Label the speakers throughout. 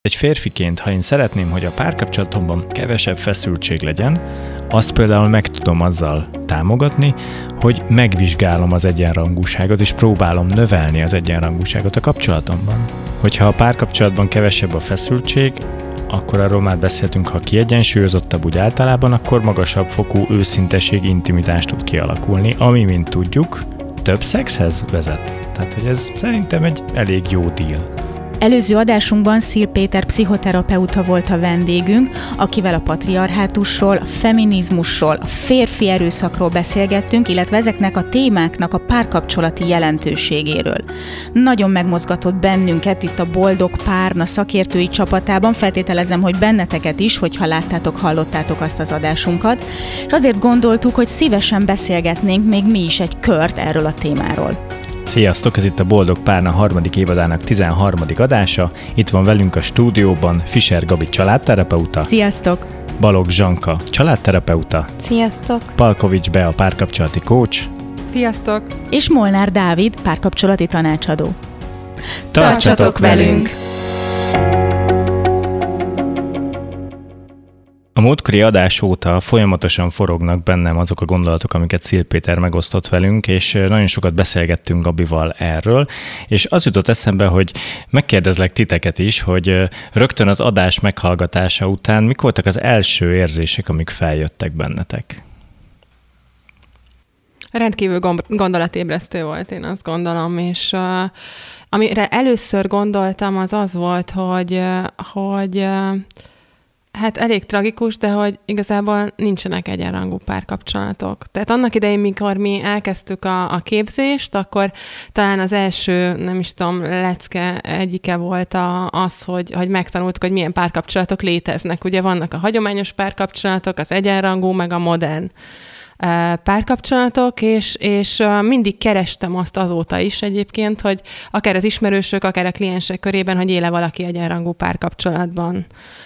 Speaker 1: Egy férfiként, ha én szeretném, hogy a párkapcsolatomban kevesebb feszültség legyen, azt például meg tudom azzal támogatni, hogy megvizsgálom az egyenrangúságot, és próbálom növelni az egyenrangúságot a kapcsolatomban. Hogyha a párkapcsolatban kevesebb a feszültség, akkor arról már beszéltünk, ha kiegyensúlyozottabb úgy általában, akkor magasabb fokú őszinteség, intimitást tud kialakulni, ami, mint tudjuk, több szexhez vezet. Tehát, hogy ez szerintem egy elég jó deal.
Speaker 2: Előző adásunkban Szil Péter pszichoterapeuta volt a vendégünk, akivel a patriarhátusról, a feminizmusról, a férfi erőszakról beszélgettünk, illetve ezeknek a témáknak a párkapcsolati jelentőségéről. Nagyon megmozgatott bennünket itt a Boldog Párna szakértői csapatában, feltételezem, hogy benneteket is, hogyha láttátok, hallottátok azt az adásunkat, és azért gondoltuk, hogy szívesen beszélgetnénk még mi is egy kört erről a témáról.
Speaker 1: Sziasztok, ez itt a Boldog Párna harmadik évadának 13. adása. Itt van velünk a stúdióban Fischer Gabi családterapeuta.
Speaker 2: Sziasztok!
Speaker 1: Balogh Zsanka családterapeuta.
Speaker 3: Sziasztok!
Speaker 1: Palkovics Bea párkapcsolati coach.
Speaker 4: Sziasztok!
Speaker 2: És Molnár Dávid párkapcsolati tanácsadó.
Speaker 1: Tartsatok velünk! A múltkori adás óta folyamatosan forognak bennem azok a gondolatok, amiket Szil Péter megosztott velünk, és nagyon sokat beszélgettünk Gabival erről, és az jutott eszembe, hogy megkérdezlek titeket is, hogy rögtön az adás meghallgatása után mik voltak az első érzések, amik feljöttek bennetek?
Speaker 4: Rendkívül gondolatébresztő volt, én azt gondolom, és amire először gondoltam, az volt, hogy hát elég tragikus, de hogy igazából nincsenek egyenrangú párkapcsolatok. Tehát annak idején, mikor mi elkezdtük a képzést, akkor talán az első, nem is tudom, lecke egyike volt az, hogy megtanultuk, hogy milyen párkapcsolatok léteznek. Ugye vannak a hagyományos párkapcsolatok, az egyenrangú, meg a modern párkapcsolatok, és mindig kerestem azt azóta is egyébként, hogy akár az ismerősök, akár a kliensek körében, hogy éle valaki egyenrangú párkapcsolatban.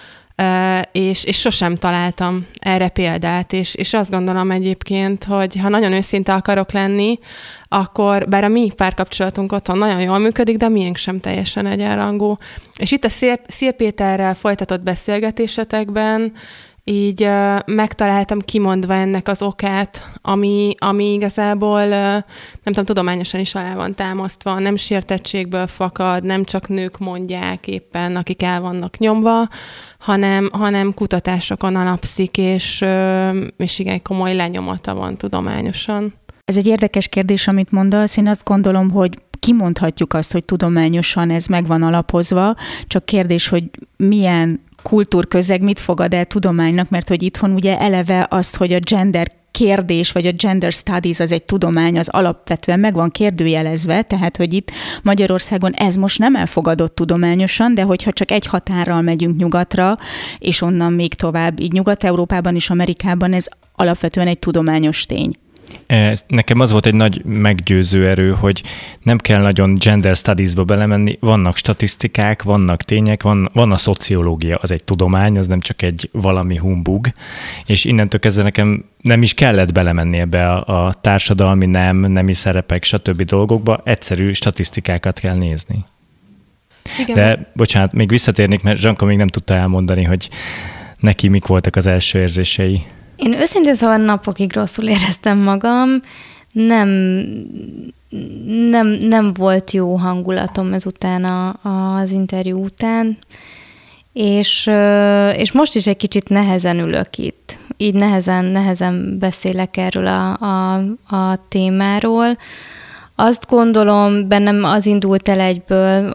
Speaker 4: És sosem találtam erre példát, és azt gondolom egyébként, hogy ha nagyon őszinte akarok lenni, akkor bár a mi párkapcsolatunk otthon nagyon jól működik, de a miénk sem teljesen egyenrangú. És itt a Szil Péterrel folytatott beszélgetésetekben így megtaláltam kimondva ennek az okát, ami igazából, nem tudom, tudományosan is alá van támasztva, nem sértettségből fakad, nem csak nők mondják éppen, akik el vannak nyomva, hanem kutatásokon alapszik, és igen, komoly lenyomata van tudományosan.
Speaker 2: Ez egy érdekes kérdés, amit mondasz. Én azt gondolom, hogy kimondhatjuk azt, hogy tudományosan ez meg van alapozva, csak kérdés, hogy milyen kultúrközeg mit fogad el tudománynak, mert hogy itthon ugye eleve azt, hogy a gender kérdés, vagy a gender studies az egy tudomány, az alapvetően meg van kérdőjelezve, tehát, hogy itt Magyarországon ez most nem elfogadott tudományosan, de hogyha csak egy határral megyünk nyugatra, és onnan még tovább, így Nyugat-Európában és Amerikában ez alapvetően egy tudományos tény.
Speaker 1: Nekem az volt egy nagy meggyőző erő, hogy nem kell nagyon gender studies-ba belemenni, vannak statisztikák, vannak tények, van a szociológia, az egy tudomány, az nem csak egy valami humbug, és innentől kezdve nekem nem is kellett belemenni ebbe a társadalmi nemi szerepek, stb. Dolgokba, egyszerű statisztikákat kell nézni. Igen. De bocsánat, még visszatérnék, mert Zsanka még nem tudta elmondani, hogy neki mik voltak az első érzései.
Speaker 3: Én őszintén szóval napokig rosszul éreztem magam, nem volt jó hangulatom ezután az interjú után, és most is egy kicsit nehezen ülök itt. Így nehezen beszélek erről a témáról. Azt gondolom, bennem az indult el egyből,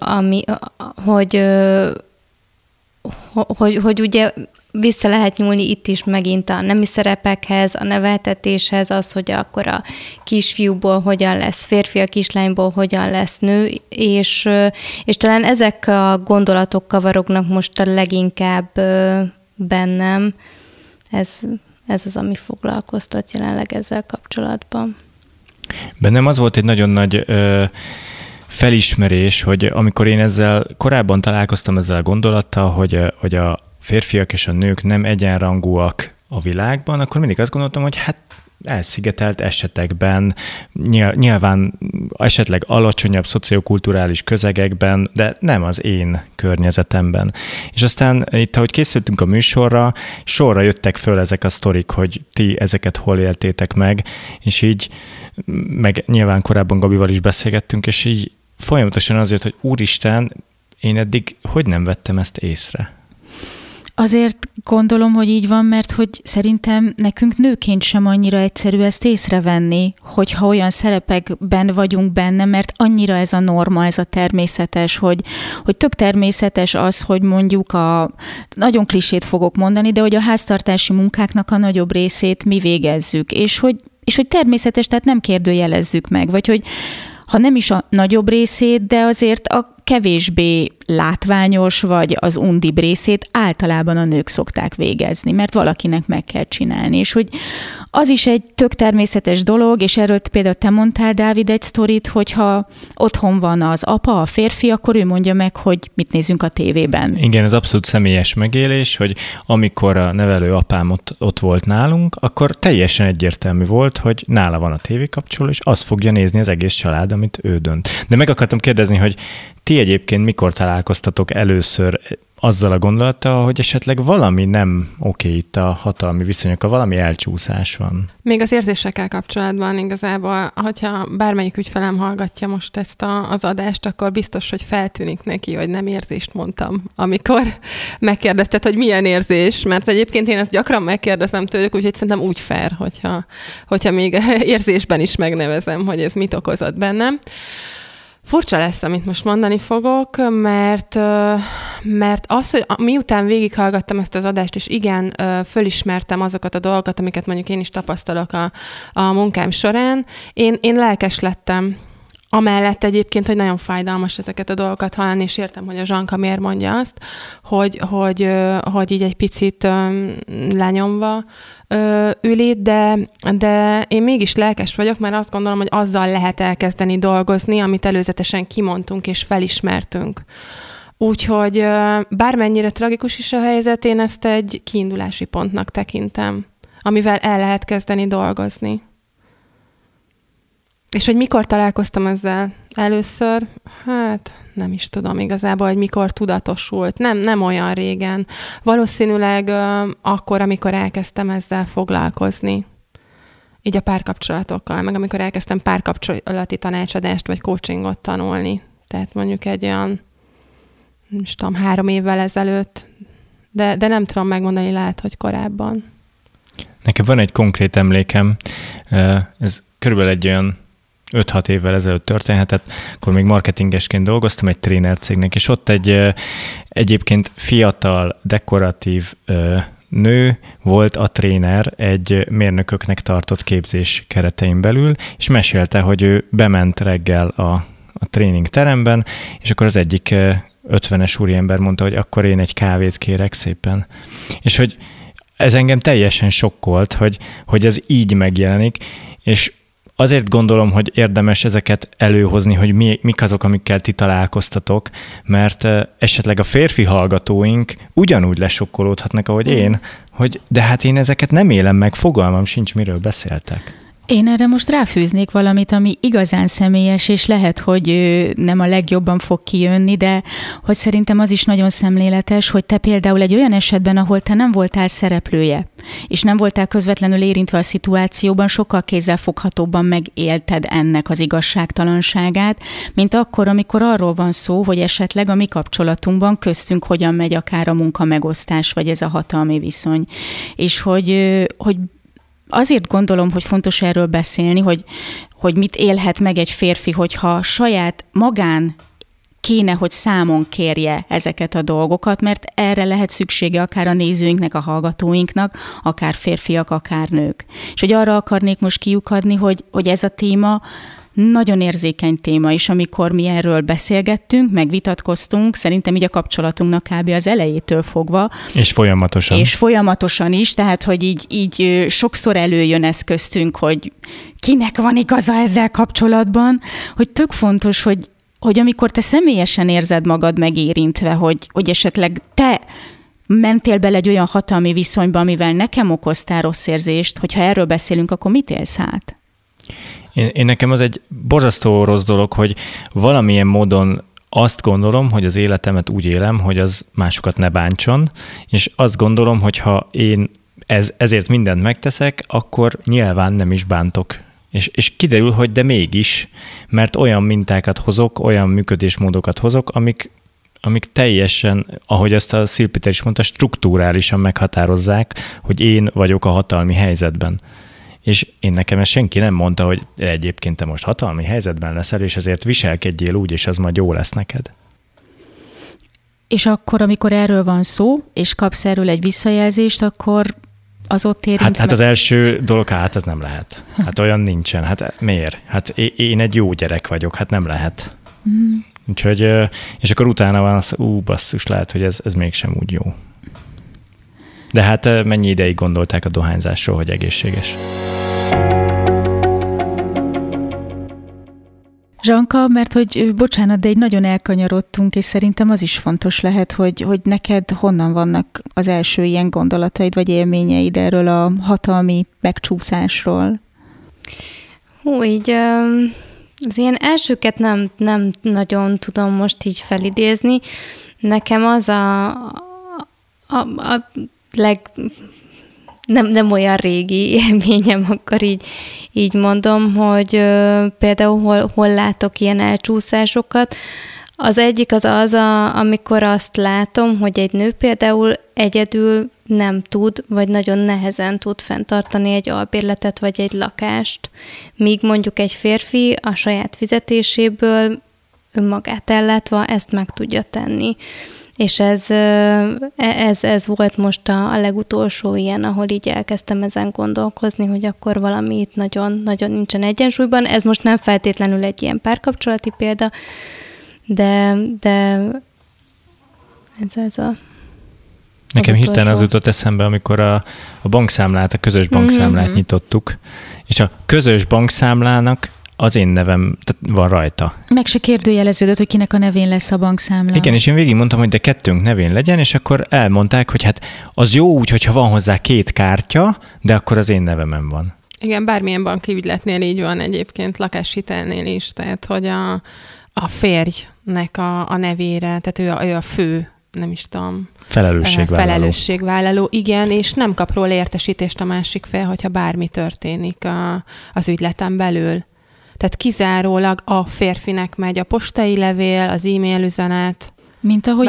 Speaker 3: hogy ugye vissza lehet nyúlni itt is megint a nemi szerepekhez, a neveltetéshez, az, hogy akkor a kisfiúból hogyan lesz férfi, a kislányból hogyan lesz nő, és talán ezek a gondolatok kavarognak most a leginkább bennem. Ez az, ami foglalkoztat jelenleg ezzel kapcsolatban.
Speaker 1: Bennem az volt egy nagyon nagy felismerés, hogy amikor én ezzel korábban találkoztam ezzel a gondolattal, hogy a férfiak és a nők nem egyenrangúak a világban, akkor mindig azt gondoltam, hogy hát elszigetelt esetekben, nyilván esetleg alacsonyabb szociokulturális közegekben, de nem az én környezetemben. És aztán itt, ahogy készültünk a műsorra, sorra jöttek föl ezek a sztorik, hogy ti ezeket hol éltétek meg, és így, meg nyilván korábban Gabival is beszélgettünk, és így folyamatosan azért, hogy úristen, én eddig hogy nem vettem ezt észre?
Speaker 2: Azért gondolom, hogy így van, mert hogy szerintem nekünk nőként sem annyira egyszerű ezt észrevenni, hogyha olyan szerepekben vagyunk benne, mert annyira ez a norma, ez a természetes, hogy tök természetes az, hogy mondjuk nagyon klisét fogok mondani, de hogy a háztartási munkáknak a nagyobb részét mi végezzük, és hogy természetes, tehát nem kérdőjelezzük meg, vagy hogy ha nem is a nagyobb részét, de azért a kevésbé látványos, vagy az undibb részét általában a nők szokták végezni, mert valakinek meg kell csinálni. És hogy az is egy tök természetes dolog, és erről például te mondtál, Dávid, egy sztorit, hogyha otthon van az apa, a férfi, akkor ő mondja meg, hogy mit nézünk a tévében.
Speaker 1: Igen, ez abszolút személyes megélés, hogy amikor a nevelő apám ott volt nálunk, akkor teljesen egyértelmű volt, hogy nála van a tévékapcsoló, és azt fogja nézni az egész család, amit ő dönt. De meg akartam kérdezni, hogy ti egyébként mikor találkoztatok először azzal a gondolattal, hogy esetleg valami nem oké itt a hatalmi viszonyokkal, valami elcsúszás van?
Speaker 4: Még az érzésekkel kapcsolatban igazából, hogyha bármelyik ügyfelem hallgatja most ezt az adást, akkor biztos, hogy feltűnik neki, hogy nem érzést mondtam, amikor megkérdezted, hogy milyen érzés, mert egyébként én ezt gyakran megkérdezem tőlük, úgyhogy szerintem úgy fair, hogyha még érzésben is megnevezem, hogy ez mit okozott bennem. Furcsa lesz, amit most mondani fogok, mert az, hogy miután végighallgattam ezt az adást, és igen, fölismertem azokat a dolgokat, amiket mondjuk én is tapasztalok a munkám során, én lelkes lettem. Amellett egyébként, hogy nagyon fájdalmas ezeket a dolgokat hallani, és értem, hogy a Zsanka miért mondja azt, hogy így egy picit lenyomva ül itt, de én mégis lelkes vagyok, mert azt gondolom, hogy azzal lehet elkezdeni dolgozni, amit előzetesen kimondtunk és felismertünk. Úgyhogy bármennyire tragikus is a helyzet, én ezt egy kiindulási pontnak tekintem, amivel el lehet kezdeni dolgozni. És hogy mikor találkoztam ezzel először? Hát nem is tudom igazából, hogy mikor tudatosult. Nem olyan régen. Valószínűleg akkor, amikor elkezdtem ezzel foglalkozni. Így a párkapcsolatokkal, meg amikor elkezdtem párkapcsolati tanácsadást vagy coachingot tanulni. Tehát mondjuk egy olyan, nem is tudom, 3 évvel ezelőtt. De nem tudom megmondani, lehet, hogy korábban.
Speaker 1: Nekem van egy konkrét emlékem. Ez körülbelül egy olyan 5-6 évvel ezelőtt történhetett, akkor még marketingesként dolgoztam egy trénercégnek, és ott egy egyébként fiatal, dekoratív nő volt a tréner egy mérnököknek tartott képzés keretein belül, és mesélte, hogy ő bement reggel a tréningteremben, és akkor az egyik 50-es úriember mondta, hogy akkor én egy kávét kérek szépen. És hogy ez engem teljesen sokkolt, hogy ez így megjelenik, és azért gondolom, hogy érdemes ezeket előhozni, hogy mik azok, amikkel ti találkoztatok, mert esetleg a férfi hallgatóink ugyanúgy lesokkolódhatnak, ahogy én, hogy de hát én ezeket nem élem meg, fogalmam sincs, miről beszéltek.
Speaker 2: Én erre most ráfűznék valamit, ami igazán személyes, és lehet, hogy nem a legjobban fog kijönni, de hogy szerintem az is nagyon szemléletes, hogy te például egy olyan esetben, ahol te nem voltál szereplője, és nem voltál közvetlenül érintve a szituációban, sokkal kézzelfoghatóbban megélted ennek az igazságtalanságát, mint akkor, amikor arról van szó, hogy esetleg a mi kapcsolatunkban köztünk hogyan megy akár a munkamegosztás, vagy ez a hatalmi viszony. És hogy azért gondolom, hogy fontos erről beszélni, hogy mit élhet meg egy férfi, hogyha saját magán kéne, hogy számon kérje ezeket a dolgokat, mert erre lehet szüksége akár a nézőinknek, a hallgatóinknak, akár férfiak, akár nők. És hogy arra akarnék most kiukadni, hogy ez a téma nagyon érzékeny téma, és amikor mi erről beszélgettünk, megvitatkoztunk, szerintem így a kapcsolatunknak kb. Az elejétől fogva.
Speaker 1: És folyamatosan.
Speaker 2: És folyamatosan is, tehát hogy így sokszor előjön ez köztünk, hogy kinek van igaza ezzel kapcsolatban, hogy tök fontos, hogy amikor te személyesen érzed magad megérintve, hogy esetleg te mentél bele egy olyan hatalmi viszonyba, amivel nekem okoztál rossz érzést, hogyha erről beszélünk, akkor mit élsz át?
Speaker 1: Én nekem az egy borzasztó rossz dolog, hogy valamilyen módon azt gondolom, hogy az életemet úgy élem, hogy az másokat ne bántson, és azt gondolom, hogy ha én ezért mindent megteszek, akkor nyilván nem is bántok. És kiderül, hogy de mégis, mert olyan mintákat hozok, olyan működésmódokat hozok, amik teljesen, ahogy ezt a Szil Péter is mondta, strukturálisan meghatározzák, hogy én vagyok a hatalmi helyzetben. És nekem ezt senki nem mondta, hogy egyébként te most hatalmi helyzetben leszel, és ezért viselkedjél úgy, és az majd jó lesz neked.
Speaker 2: És akkor, amikor erről van szó, és kapsz erről egy visszajelzést, akkor az ott érint
Speaker 1: Hát az első dolog, az nem lehet. Hát olyan nincsen. Hát miért? Hát én egy jó gyerek vagyok, hát nem lehet. Úgyhogy, és akkor utána van az, basszus, lehet, hogy ez mégsem úgy jó. De hát mennyi ideig gondolták a dohányzásról, hogy egészséges?
Speaker 2: Zsanka, mert hogy bocsánat, de egy nagyon elkanyarodtunk, és szerintem az is fontos lehet, hogy neked honnan vannak az első ilyen gondolataid, vagy élményeid erről a hatalmi megcsúszásról?
Speaker 3: Így az ilyen elsőket nem nagyon tudom most így felidézni. Nekem az a nem olyan régi élményem, akkor így mondom, hogy például hol látok ilyen elcsúszásokat. Az egyik az, amikor azt látom, hogy egy nő például egyedül nem tud, vagy nagyon nehezen tud fenntartani egy albérletet, vagy egy lakást, míg mondjuk egy férfi a saját fizetéséből önmagát ellátva ezt meg tudja tenni. És ez volt most a legutolsó ilyen, ahol így elkezdtem ezen gondolkozni, hogy akkor valami itt nagyon, nagyon nincsen egyensúlyban. Ez most nem feltétlenül egy ilyen párkapcsolati példa, de ez a...
Speaker 1: Nekem hirtelen az jutott eszembe, amikor a bankszámlát, a közös bankszámlát nyitottuk, és a közös bankszámlának az én nevem van rajta.
Speaker 2: Meg se kérdőjeleződött, hogy kinek a nevén lesz a bankszámla.
Speaker 1: Igen, és én végig mondtam, hogy de kettőnk nevén legyen, és akkor elmondták, hogy hát az jó úgy, hogyha van hozzá 2 kártya, de akkor az én nevemen van.
Speaker 4: Igen, bármilyen banki ügyletnél így van egyébként, lakáshitelnél is, tehát hogy a férjnek a nevére, tehát ő a fő, nem is tudom. Felelősségvállaló, igen, és nem kap róla értesítést a másik fél, hogyha bármi történik az ügyleten belül. Tehát kizárólag a férfinek megy a postai levél, az e-mail üzenet.
Speaker 2: Mint ahogy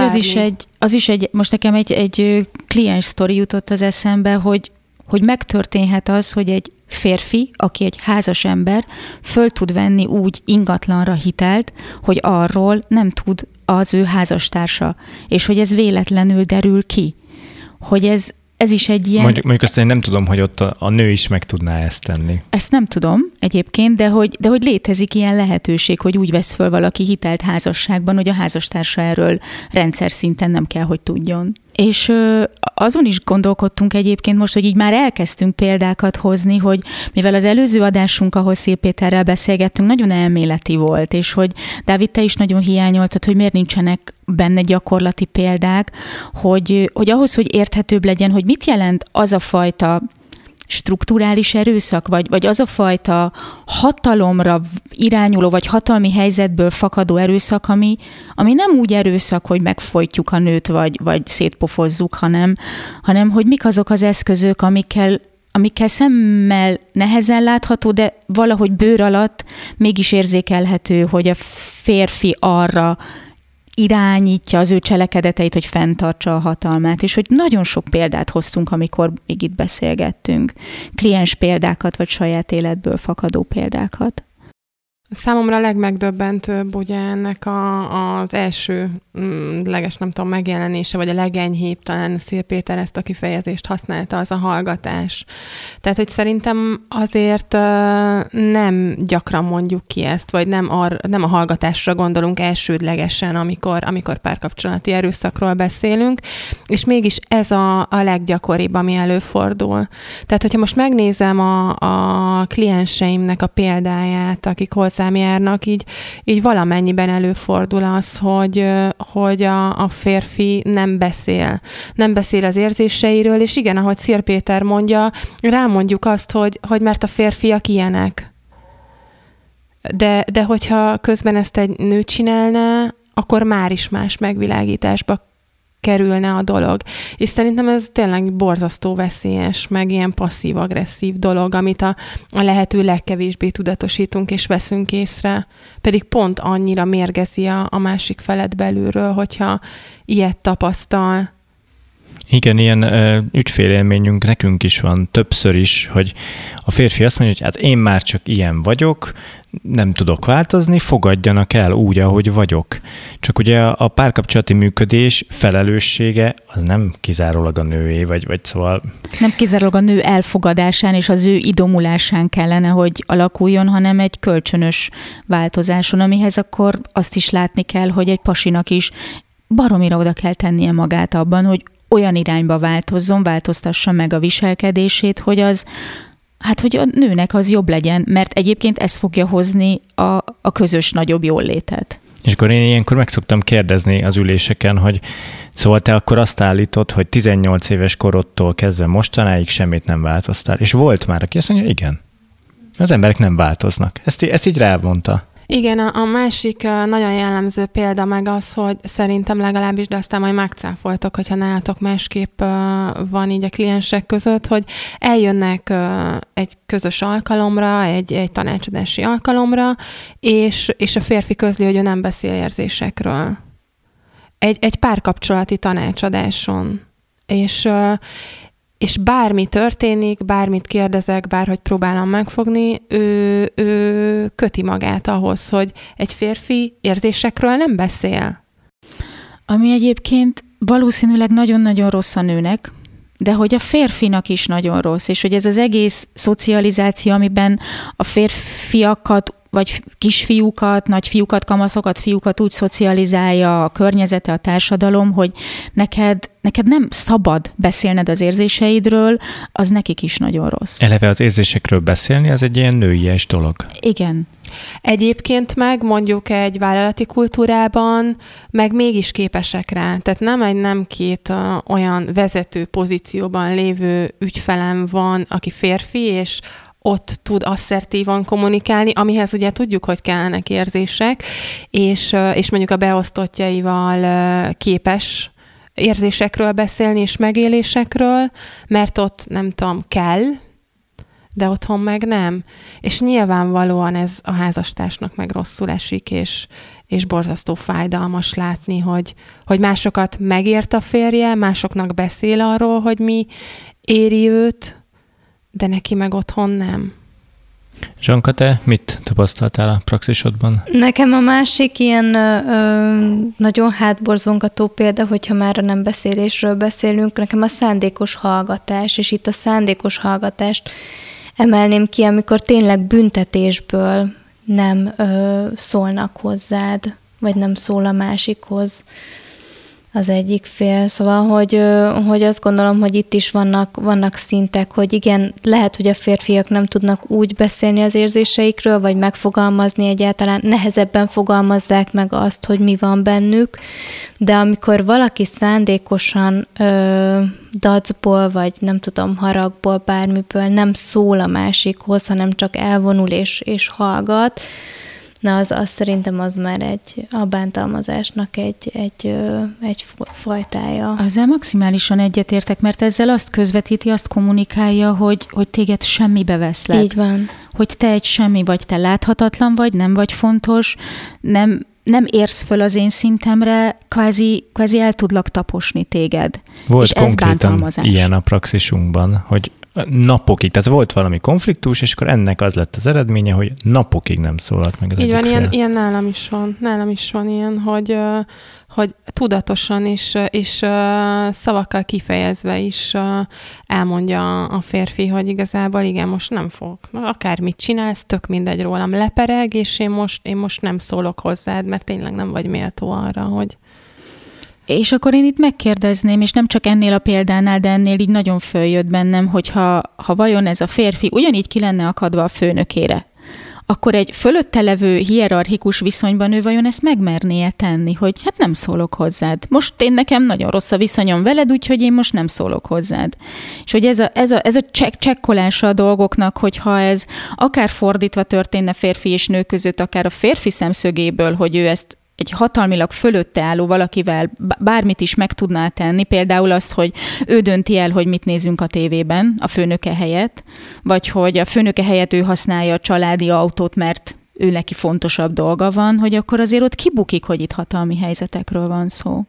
Speaker 2: az is egy, most nekem egy kliens sztori jutott az eszembe, hogy megtörténhet az, hogy egy férfi, aki egy házas ember, föl tud venni úgy ingatlanra hitelt, hogy arról nem tud az ő házastársa, és hogy ez véletlenül derül ki. Hogy ez is egy ilyen...
Speaker 1: Mondjuk azt én nem tudom, hogy ott a nő is meg tudná ezt tenni.
Speaker 2: Ezt nem tudom egyébként, de hogy létezik ilyen lehetőség, hogy úgy vesz föl valaki hitelt házasságban, hogy a házastársa erről rendszer szinten nem kell, hogy tudjon. És azon is gondolkodtunk egyébként most, hogy így már elkezdtünk példákat hozni, hogy mivel az előző adásunk, ahol Szil Péterrel beszélgettünk, nagyon elméleti volt, és hogy Dávid, te is nagyon hiányoltad, hogy miért nincsenek benne gyakorlati példák, hogy ahhoz, hogy érthetőbb legyen, hogy mit jelent az a fajta strukturális erőszak, vagy az a fajta hatalomra irányuló, vagy hatalmi helyzetből fakadó erőszak, ami nem úgy erőszak, hogy megfojtjuk a nőt, vagy szétpofozzuk, hanem hogy mik azok az eszközök, amikkel szemmel nehezen látható, de valahogy bőr alatt mégis érzékelhető, hogy a férfi arra irányítja az ő cselekedeteit, hogy fenntartsa a hatalmát, és hogy nagyon sok példát hoztunk, amikor még itt beszélgettünk. Kliens példákat, vagy saját életből fakadó példákat.
Speaker 4: Számomra a legmegdöbbentőbb ugye ennek az első nem tudom, megjelenése, vagy a legenyhébb, talán Szil Péter ezt a kifejezést használta, az a hallgatás. Tehát, hogy szerintem azért nem gyakran mondjuk ki ezt, vagy nem a hallgatásra gondolunk elsődlegesen, amikor párkapcsolati erőszakról beszélünk, és mégis ez a leggyakoribb, ami előfordul. Tehát, hogyha most megnézem a klienseimnek a példáját, akik hol hozzám járnak, így valamennyiben előfordul az, hogy a férfi nem beszél az érzéseiről, és igen, ahogy Szér Péter mondja, rámondjuk azt, hogy mert a férfiak ilyenek. De hogyha közben ezt egy nő csinálná, akkor már is más megvilágításba kerülne a dolog. És szerintem ez tényleg borzasztó veszélyes, meg ilyen passzív-agresszív dolog, amit a lehető legkevésbé tudatosítunk és veszünk észre. Pedig pont annyira mérgezi a másik felet belülről, hogyha ilyet tapasztal.
Speaker 1: Igen, ilyen ügyfélélményünk nekünk is van többször is, hogy a férfi azt mondja, hogy hát én már csak ilyen vagyok, nem tudok változni, fogadjanak el úgy, ahogy vagyok. Csak ugye a párkapcsolati működés felelőssége az nem kizárólag a nőé, vagy szóval...
Speaker 2: Nem kizárólag a nő elfogadásán és az ő idomulásán kellene, hogy alakuljon, hanem egy kölcsönös változáson, amihez akkor azt is látni kell, hogy egy pasinak is baromira oda kell tennie magát abban, hogy olyan irányba változtassa meg a viselkedését, hogy hogy a nőnek az jobb legyen, mert egyébként ez fogja hozni a közös nagyobb jólétet.
Speaker 1: És akkor én ilyenkor meg szoktam kérdezni az üléseken, hogy szóval te akkor azt állítod, hogy 18 éves korodtól kezdve mostanáig semmit nem változtál. És volt már, aki azt mondja, igen, az emberek nem változnak. Ezt így rámondta.
Speaker 4: Igen, a másik nagyon jellemző példa meg az, hogy szerintem legalábbis, de aztán majd megcáfoltok, hogyha nálatok másképp van így a kliensek között, hogy eljönnek egy közös alkalomra, egy tanácsadási alkalomra, és a férfi közli, hogy ő nem beszél érzésekről. Egy párkapcsolati tanácsadáson. És bármi történik, bármit kérdezek, bárhogy próbálom megfogni, ő köti magát ahhoz, hogy egy férfi érzésekről nem beszél.
Speaker 2: Ami egyébként valószínűleg nagyon-nagyon rossz a nőnek, de hogy a férfinak is nagyon rossz, és hogy ez az egész szocializáció, amiben a férfiakat, vagy kisfiúkat, nagyfiúkat, kamaszokat, fiúkat úgy szocializálja a környezete, a társadalom, hogy neked nem szabad beszélned az érzéseidről, az nekik is nagyon rossz.
Speaker 1: Eleve az érzésekről beszélni, az egy ilyen nőies dolog.
Speaker 2: Igen.
Speaker 4: Egyébként meg mondjuk egy vállalati kultúrában meg mégis képesek rá. Tehát nem két olyan vezető pozícióban lévő ügyfelem van, aki férfi, és ott tud asszertívan kommunikálni, amihez ugye tudjuk, hogy kellnek érzések, és mondjuk a beosztottjaival képes érzésekről beszélni és megélésekről, mert ott nem tudom, kell, de otthon meg nem. És nyilvánvalóan ez a házastársnak meg rosszul esik, és borzasztó fájdalmas látni, hogy másokat megért a férje, másoknak beszél arról, hogy mi éri őt, de neki meg otthon nem.
Speaker 1: Zsanka, te mit tapasztaltál a praxisodban?
Speaker 3: Nekem a másik ilyen nagyon hátborzongató példa, hogyha már a nem beszélésről beszélünk, nekem a szándékos hallgatás, és itt a szándékos hallgatást emelném ki, amikor tényleg büntetésből nem szólnak hozzád, vagy nem szól a másikhoz az egyik fél. Szóval, hogy azt gondolom, hogy itt is vannak szintek, hogy igen, lehet, hogy a férfiak nem tudnak úgy beszélni az érzéseikről, vagy megfogalmazni egyáltalán, nehezebben fogalmazzák meg azt, hogy mi van bennük, de amikor valaki szándékosan dacból, vagy nem tudom, haragból, bármiből nem szól a másikhoz, hanem csak elvonul és hallgat, na, az szerintem az már a bántalmazásnak egy fajtája.
Speaker 2: Ezzel maximálisan egyetértek, mert ezzel azt közvetíti, azt kommunikálja, hogy téged semmibe veszlek.
Speaker 3: Így van.
Speaker 2: Hogy te egy semmi vagy, te láthatatlan vagy, nem vagy fontos, nem érsz föl az én szintemre, kvázi el tudlak taposni téged.
Speaker 1: Volt
Speaker 2: és
Speaker 1: konkrétan ilyen a praxisunkban, hogy napokig, tehát volt valami konfliktus, és akkor ennek az lett az eredménye, hogy napokig nem szólalt meg az
Speaker 4: így
Speaker 1: egyik
Speaker 4: van,
Speaker 1: fél.
Speaker 4: Ilyen nálam is van ilyen, hogy tudatosan és szavakkal kifejezve is elmondja a férfi, hogy igazából igen, most nem fogok. Akármit csinálsz, tök mindegy rólam lepereg, és én most nem szólok hozzád, mert tényleg nem vagy méltó arra, hogy...
Speaker 2: És akkor én itt megkérdezném, és nem csak ennél a példánál, de ennél így nagyon följött bennem, hogy ha vajon ez a férfi ugyanígy ki lenne akadva a főnökére, akkor egy fölötte levő hierarchikus viszonyban ő vajon ezt megmernie tenni, hogy hát nem szólok hozzád. Most nekem nagyon rossz a viszonyom veled, úgyhogy én most nem szólok hozzád. És hogy ez a csekkolása a dolgoknak, hogyha ez akár fordítva történne férfi és nő között, akár a férfi szemszögéből, hogy ő ezt egy hatalmilag fölötte álló valakivel bármit is meg tudná tenni, például azt, hogy ő dönti el, hogy mit nézünk a tévében a főnöke helyett, vagy hogy a főnöke helyett ő használja a családi autót, mert ő neki fontosabb dolga van, hogy akkor azért ott kibukik, hogy itt hatalmi helyzetekről van szó.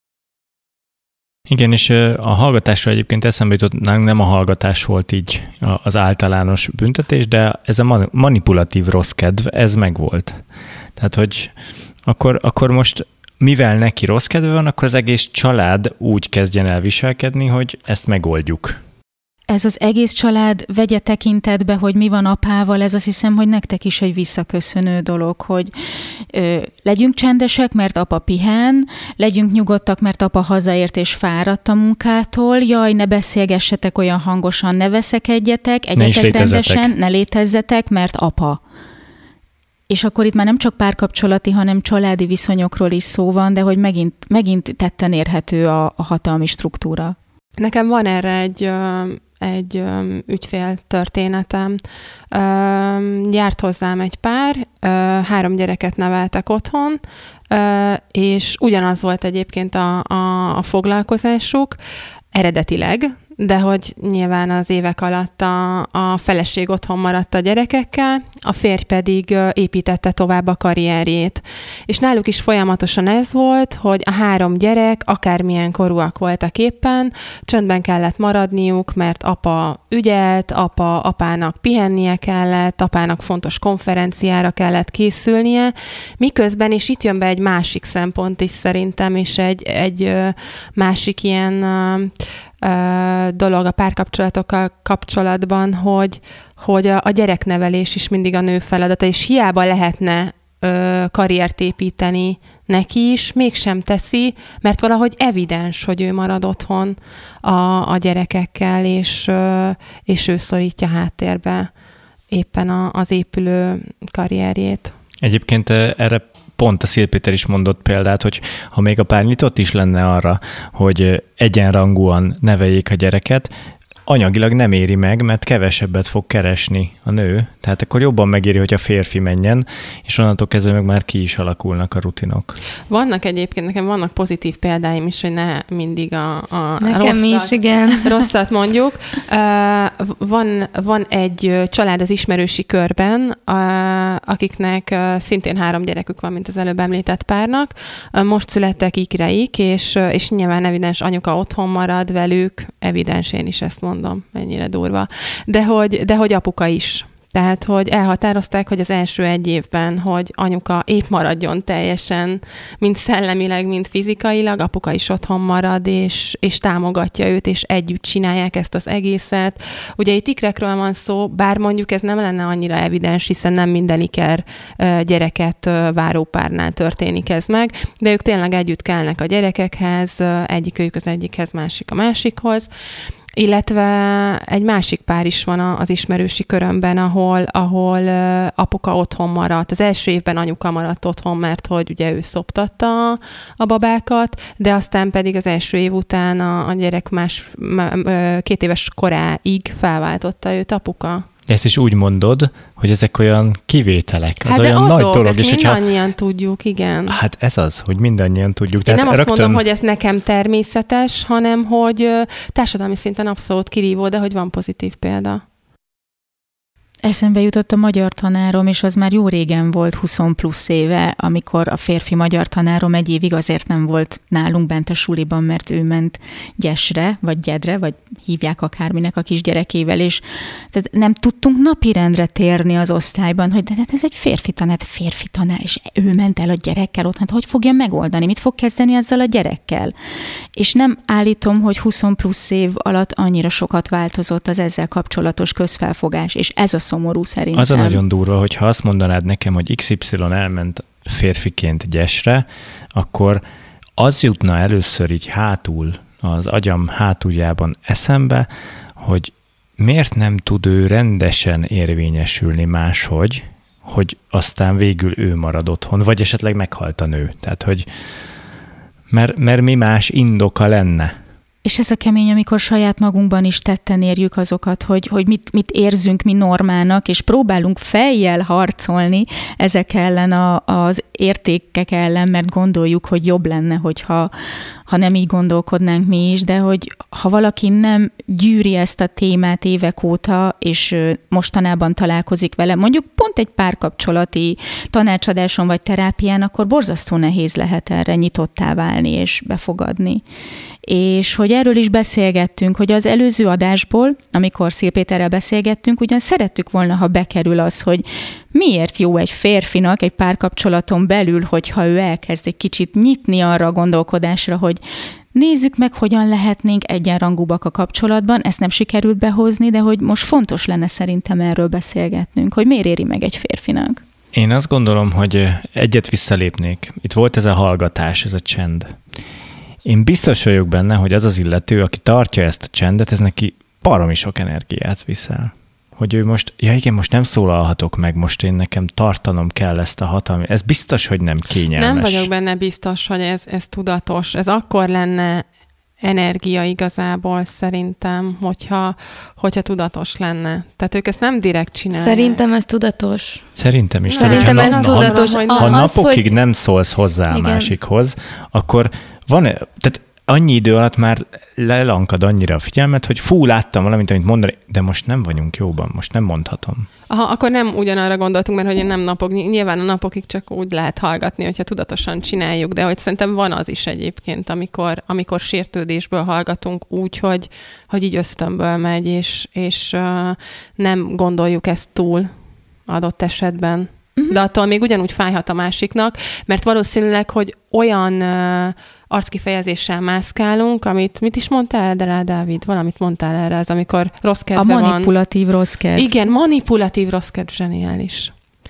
Speaker 1: Igen, és a hallgatásra egyébként eszembe jutott, nem a hallgatás volt így az általános büntetés, de ez a manipulatív rossz kedv, ez megvolt. Tehát, hogy akkor most, mivel neki rossz kedve van, akkor az egész család úgy kezdjen el viselkedni, hogy ezt megoldjuk.
Speaker 2: Ez az egész család vegye tekintetbe, hogy mi van apával, ez azt hiszem, hogy nektek is egy visszaköszönő dolog, hogy legyünk csendesek, mert apa pihen, legyünk nyugodtak, mert apa hazaért és fáradt a munkától, jaj, ne beszélgessetek olyan hangosan, ne veszekedjetek, egyetek rendesen, ne létezzetek, mert apa. És akkor itt már nem csak párkapcsolati, hanem családi viszonyokról is szó van, de hogy megint tetten érhető a hatalmi struktúra.
Speaker 4: Nekem van erre egy ügyfél történetem. Járt hozzám egy pár, 3 gyereket neveltek otthon, és ugyanaz volt egyébként a foglalkozásuk eredetileg, de hogy nyilván az évek alatt a feleség otthon maradt a gyerekekkel, a férj pedig építette tovább a karrierjét. És náluk is folyamatosan ez volt, hogy a 3 gyerek, akármilyen korúak voltak éppen, csöndben kellett maradniuk, mert apa ügyelt, apának pihennie kellett, apának fontos konferenciára kellett készülnie, miközben, és itt jön be egy másik szempont is szerintem, és egy másik ilyen dolog a párkapcsolatokkal kapcsolatban, hogy a gyereknevelés is mindig a nő feladata, és hiába lehetne karriert építeni neki is, mégsem teszi, mert valahogy evidens, hogy ő marad otthon a gyerekekkel, és ő szorítja háttérbe éppen az épülő karrierjét.
Speaker 1: Egyébként erre pont a Széll Péter is mondott példát, hogy ha még a pár nyitott is lenne arra, hogy egyenrangúan neveljék a gyereket, anyagilag nem éri meg, mert kevesebbet fog keresni a nő. Tehát akkor jobban megéri, hogy a férfi menjen, és onnantól kezdve meg már ki is alakulnak a rutinok.
Speaker 4: Vannak egyébként, nekem vannak pozitív példáim is, hogy ne mindig a
Speaker 3: nekem is, igen.
Speaker 4: Rosszat mondjuk. Van egy család az ismerősi körben, akiknek szintén 3 gyerekük van, mint az előbb említett párnak. Most születtek ikreik, és nyilván evidens anyuka otthon marad velük, evidens, én is ezt mondom, mennyire durva. De hogy apuka is. Tehát, hogy elhatározták, hogy az első 1 évben, hogy anyuka épp maradjon teljesen, mind szellemileg, mind fizikailag, apuka is otthon marad, és támogatja őt, és együtt csinálják ezt az egészet. Ugye itt ikrekről van szó, bár mondjuk ez nem lenne annyira evidens, hiszen nem minden iker gyereket váró párnál történik ez meg, de ők tényleg együtt kelnek a gyerekekhez, egyikőjük az egyikhez, másik a másikhoz. Illetve egy másik pár is van az ismerősi körömben, ahol apuka otthon maradt. Az első évben anyuka maradt otthon, mert hogy ugye ő szoptatta a babákat, de aztán pedig az első év után a gyerek 2 éves koráig felváltotta őt apuka.
Speaker 1: Ezt is úgy mondod, hogy ezek olyan kivételek.
Speaker 4: Hát
Speaker 1: olyan
Speaker 4: azok,
Speaker 1: nagy dolog.
Speaker 4: Ezt mindannyian tudjuk, igen.
Speaker 1: Hát ez az, hogy mindannyian tudjuk.
Speaker 4: Én nem azt mondom, hogy ez nekem természetes, hanem hogy társadalmi szinten abszolút kirívó, de hogy van pozitív példa.
Speaker 2: Eszembe jutott a magyar tanárom, és az már jó régen volt, 20 plusz éve, amikor a férfi magyar tanárom 1 évig azért nem volt nálunk bent a suliban, mert ő ment Gyesre, vagy Gyedre, vagy hívják akárminek a kisgyerekével, és tehát nem tudtunk napirendre térni az osztályban, hogy de ez egy férfi tanár, és ő ment el a gyerekkel ott, hát hogy fogja megoldani, mit fog kezdeni azzal a gyerekkel? És nem állítom, hogy 20 plusz év alatt annyira sokat változott az ezzel kapcsolatos közfelfogás, és ez a szomorú szerintem.
Speaker 1: Az a nagyon durva, hogyha azt mondanád nekem, hogy XY elment férfiként Gyesre, akkor az jutna először így hátul, az agyam hátuljában eszembe, hogy miért nem tud ő rendesen érvényesülni máshogy, hogy aztán végül ő marad otthon, vagy esetleg meghalt a nő. Tehát, hogy mert mi más indoka lenne?
Speaker 2: És ez a kemény, amikor saját magunkban is tetten érjük azokat, hogy mit érzünk mi normának, és próbálunk fejjel harcolni ezek ellen az értékek ellen, mert gondoljuk, hogy jobb lenne, hogyha nem így gondolkodnánk mi is, de hogy ha valaki nem gyűri ezt a témát évek óta, és mostanában találkozik vele, mondjuk pont egy párkapcsolati tanácsadáson vagy terápián, akkor borzasztó nehéz lehet erre nyitottá válni és befogadni. És hogy erről is beszélgettünk, hogy az előző adásból, amikor Szil Péterrel beszélgettünk, ugyan szerettük volna, ha bekerül az, hogy miért jó egy férfinak egy párkapcsolaton belül, hogyha ő elkezd egy kicsit nyitni arra a gondolkodásra, hogy nézzük meg, hogyan lehetnénk egyenrangúbbak a kapcsolatban, ezt nem sikerült behozni, de hogy most fontos lenne szerintem erről beszélgetnünk, hogy miért éri meg egy férfinak.
Speaker 1: Én azt gondolom, hogy egyet visszalépnék. Itt volt ez a hallgatás, ez a csend. Én biztos vagyok benne, hogy az az illető, aki tartja ezt a csendet, ez neki baromi sok energiát viszel. Hogy ő most, most nem szólalhatok meg, most én nekem tartanom kell ezt a hatalmi. Ez biztos, hogy nem kényelmes.
Speaker 4: Nem vagyok benne biztos, hogy ez tudatos. Ez akkor lenne energia igazából szerintem, hogyha tudatos lenne. Tehát ők ezt nem direkt csinálják.
Speaker 3: Szerintem ez tudatos.
Speaker 1: Szerintem is.
Speaker 3: Szerintem ez tudatos.
Speaker 1: Ha napokig nem szólsz hozzá a másikhoz, akkor tehát annyi idő alatt már lelankad annyira a figyelmet, hogy láttam valamit, amit mondani, de most nem vagyunk jóban, most nem mondhatom.
Speaker 4: Aha, akkor nem ugyanarra gondoltunk, mert hogy én nem nyilván a napokig csak úgy lehet hallgatni, hogyha tudatosan csináljuk, de hogy szerintem van az is egyébként, amikor sértődésből hallgatunk úgy, hogy így ösztönből megy, és nem gondoljuk ezt túl adott esetben. De attól még ugyanúgy fájhat a másiknak, mert valószínűleg, hogy olyan arckifejezéssel mászkálunk, mit is mondtál rá, Dávid? Valamit mondtál erre, az amikor rossz kedve van.
Speaker 2: A manipulatív rossz kedv.
Speaker 4: Igen, manipulatív rossz kedv, zseniális.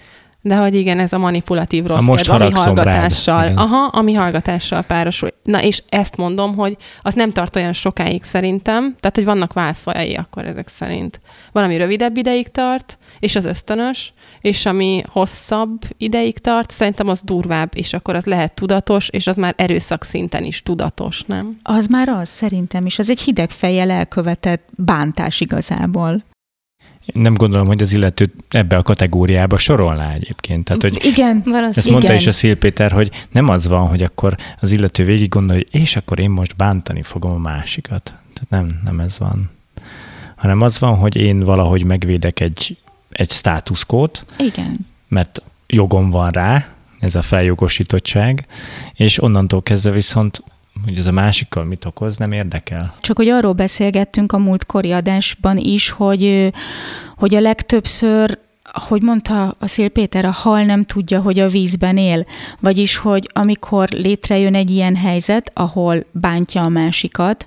Speaker 4: De hogy igen, ez a manipulatív rossz kedv, ami hallgatással. Ami hallgatással párosul. Na és ezt mondom, hogy az nem tart olyan sokáig szerintem, tehát hogy vannak válfajai akkor ezek szerint. Valami rövidebb ideig tart, és az ösztönös, és ami hosszabb ideig tart, szerintem az durvább, és akkor az lehet tudatos, és az már erőszak szinten is tudatos, nem?
Speaker 2: Az már az, szerintem is. Az egy hideg fejjel elkövetett bántás igazából.
Speaker 1: Nem gondolom, hogy az illetőt ebbe a kategóriába sorolná egyébként. Tehát, hogy
Speaker 2: igen,
Speaker 1: ezt mondta is a Szil Péter, hogy nem az van, hogy akkor az illető végig gondolja, hogy és akkor én most bántani fogom a másikat. Tehát nem ez van. Hanem az van, hogy én valahogy megvédek egy státuszkót,
Speaker 2: igen,
Speaker 1: mert jogom van rá, ez a feljogosítottság, és onnantól kezdve viszont, hogy ez a másikkal mit okoz, nem érdekel.
Speaker 2: Csak hogy arról beszélgettünk a múltkori adásban is, hogy a legtöbbször, ahogy mondta a Szil Péter, a hal nem tudja, hogy a vízben él. Vagyis, hogy amikor létrejön egy ilyen helyzet, ahol bántja a másikat,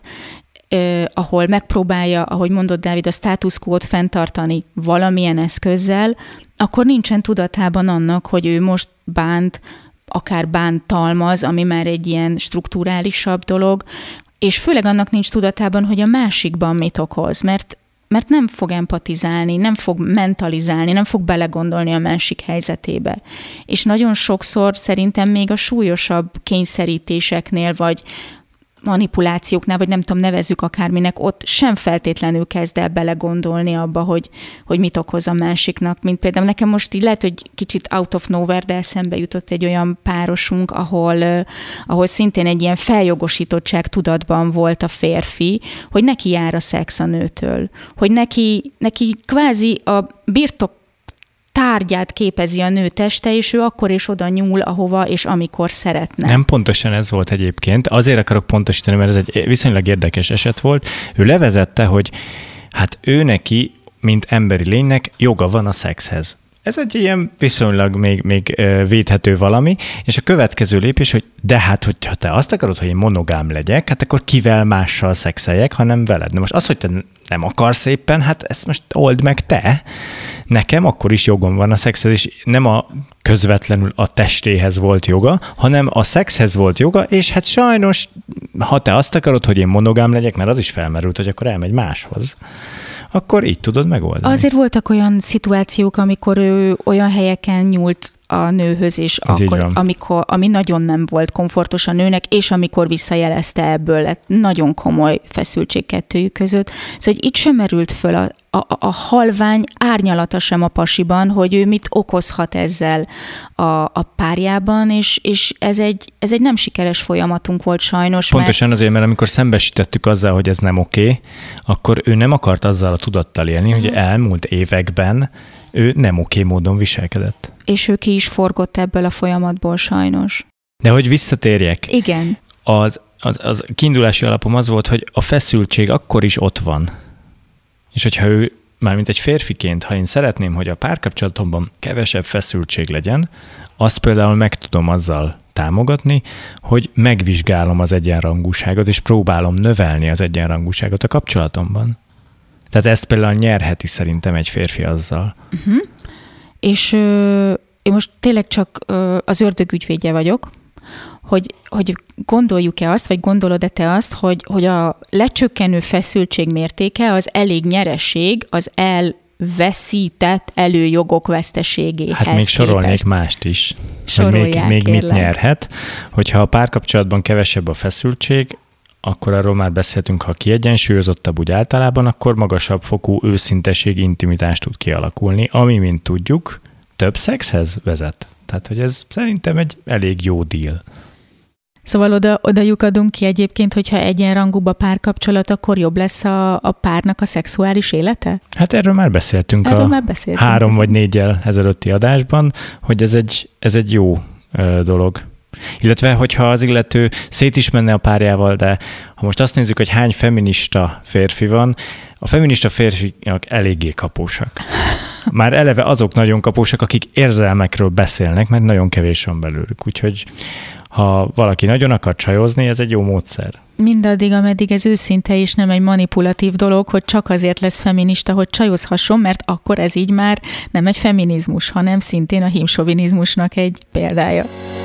Speaker 2: ahol megpróbálja, ahogy mondott Dávid, a status quo-t fenntartani valamilyen eszközzel, akkor nincsen tudatában annak, hogy ő most bánt, akár bántalmaz, ami már egy ilyen strukturálisabb dolog, és főleg annak nincs tudatában, hogy a másikban mit okoz, mert nem fog empatizálni, nem fog mentalizálni, nem fog belegondolni a másik helyzetébe. És nagyon sokszor szerintem még a súlyosabb kényszerítéseknél, vagy manipulációknál, vagy nem tudom, nevezzük akárminek, ott sem feltétlenül kezd el belegondolni abba, hogy mit okoz a másiknak. Mint például nekem most így lehet, hogy kicsit out of nowhere, de eszembe jutott egy olyan párosunk, ahol szintén egy ilyen feljogosítottság tudatban volt a férfi, hogy neki jár a szex a nőtől. Hogy neki kvázi a birtok tárgyát képezi a nő teste, és ő akkor is oda nyúl, ahova és amikor szeretne.
Speaker 1: Nem pontosan ez volt egyébként. Azért akarok pontosítani, mert ez egy viszonylag érdekes eset volt. Ő levezette, hogy hát ő neki, mint emberi lénynek joga van a szexhez. Ez egy ilyen viszonylag még védhető valami, és a következő lépés, hogy de hát, hogyha te azt akarod, hogy én monogám legyek, hát akkor kivel mással szexeljek, hanem veled. Na most az, hogy te nem akarsz éppen, hát ezt most old meg te. Nekem akkor is jogom van a szexhez, és nem a közvetlenül a testéhez volt joga, hanem a szexhez volt joga, és hát sajnos, ha te azt akarod, hogy én monogám legyek, mert az is felmerült, hogy akkor elmegy máshoz, akkor így tudod megoldani.
Speaker 2: Azért voltak olyan szituációk, amikor ő olyan helyeken nyúlt a nőhöz, és akkor, ami nagyon nem volt komfortos a nőnek, és amikor visszajelezte, ebből lett nagyon komoly feszültség kettőjük között. Szóval, hogy itt sem merült föl a halvány árnyalata sem a pasiban, hogy ő mit okozhat ezzel a párjában, és ez egy nem sikeres folyamatunk volt sajnos.
Speaker 1: Pontosan azért, mert amikor szembesítettük azzal, hogy ez nem oké, akkor ő nem akart azzal a tudattal élni, hogy elmúlt években ő nem oké módon viselkedett.
Speaker 2: És ő ki is forgott ebből a folyamatból sajnos.
Speaker 1: De hogy visszatérjek.
Speaker 2: Igen.
Speaker 1: Az kiindulási alapom az volt, hogy a feszültség akkor is ott van. És hogyha ő, mármint egy férfiként, ha én szeretném, hogy a párkapcsolatomban kevesebb feszültség legyen, azt például meg tudom azzal támogatni, hogy megvizsgálom az egyenrangúságot, és próbálom növelni az egyenrangúságot a kapcsolatomban. Tehát ezt például nyerheti szerintem egy férfi azzal.
Speaker 2: Uh-huh. És én most tényleg csak az ördög ügyvédje vagyok, hogy gondoljuk-e azt, vagy gondolod-e te azt, hogy a lecsökkenő feszültség mértéke az elég nyereség az elveszített előjogok veszteségéhez.
Speaker 1: Hát még sorolnék mást is. Még mit nyerhet, hogyha a párkapcsolatban kevesebb a feszültség, akkor arról már beszéltünk, ha kiegyensúlyozottabb úgy általában, akkor magasabb fokú őszinteség, intimitást tud kialakulni, ami, mint tudjuk, több szexhez vezet. Tehát, hogy ez szerintem egy elég jó deal.
Speaker 2: Szóval oda lyukadunk ki egyébként, hogyha egyenrangúbb a párkapcsolat, akkor jobb lesz a párnak a szexuális élete?
Speaker 1: Hát erről már beszéltünk a 3 vagy 4-jel ezelőtti adásban, hogy ez egy jó dolog. Illetve, hogyha az illető szét is menne a párjával, de ha most azt nézzük, hogy hány feminista férfi van, a feminista férfiak eléggé kapósak. Már eleve azok nagyon kapósak, akik érzelmekről beszélnek, mert nagyon kevés van belőlük. Úgyhogy ha valaki nagyon akar csajozni, ez egy jó módszer.
Speaker 2: Mindaddig, ameddig ez őszinte és nem egy manipulatív dolog, hogy csak azért lesz feminista, hogy csajozhasson, mert akkor ez így már nem egy feminizmus, hanem szintén a hímsovinizmusnak egy példája.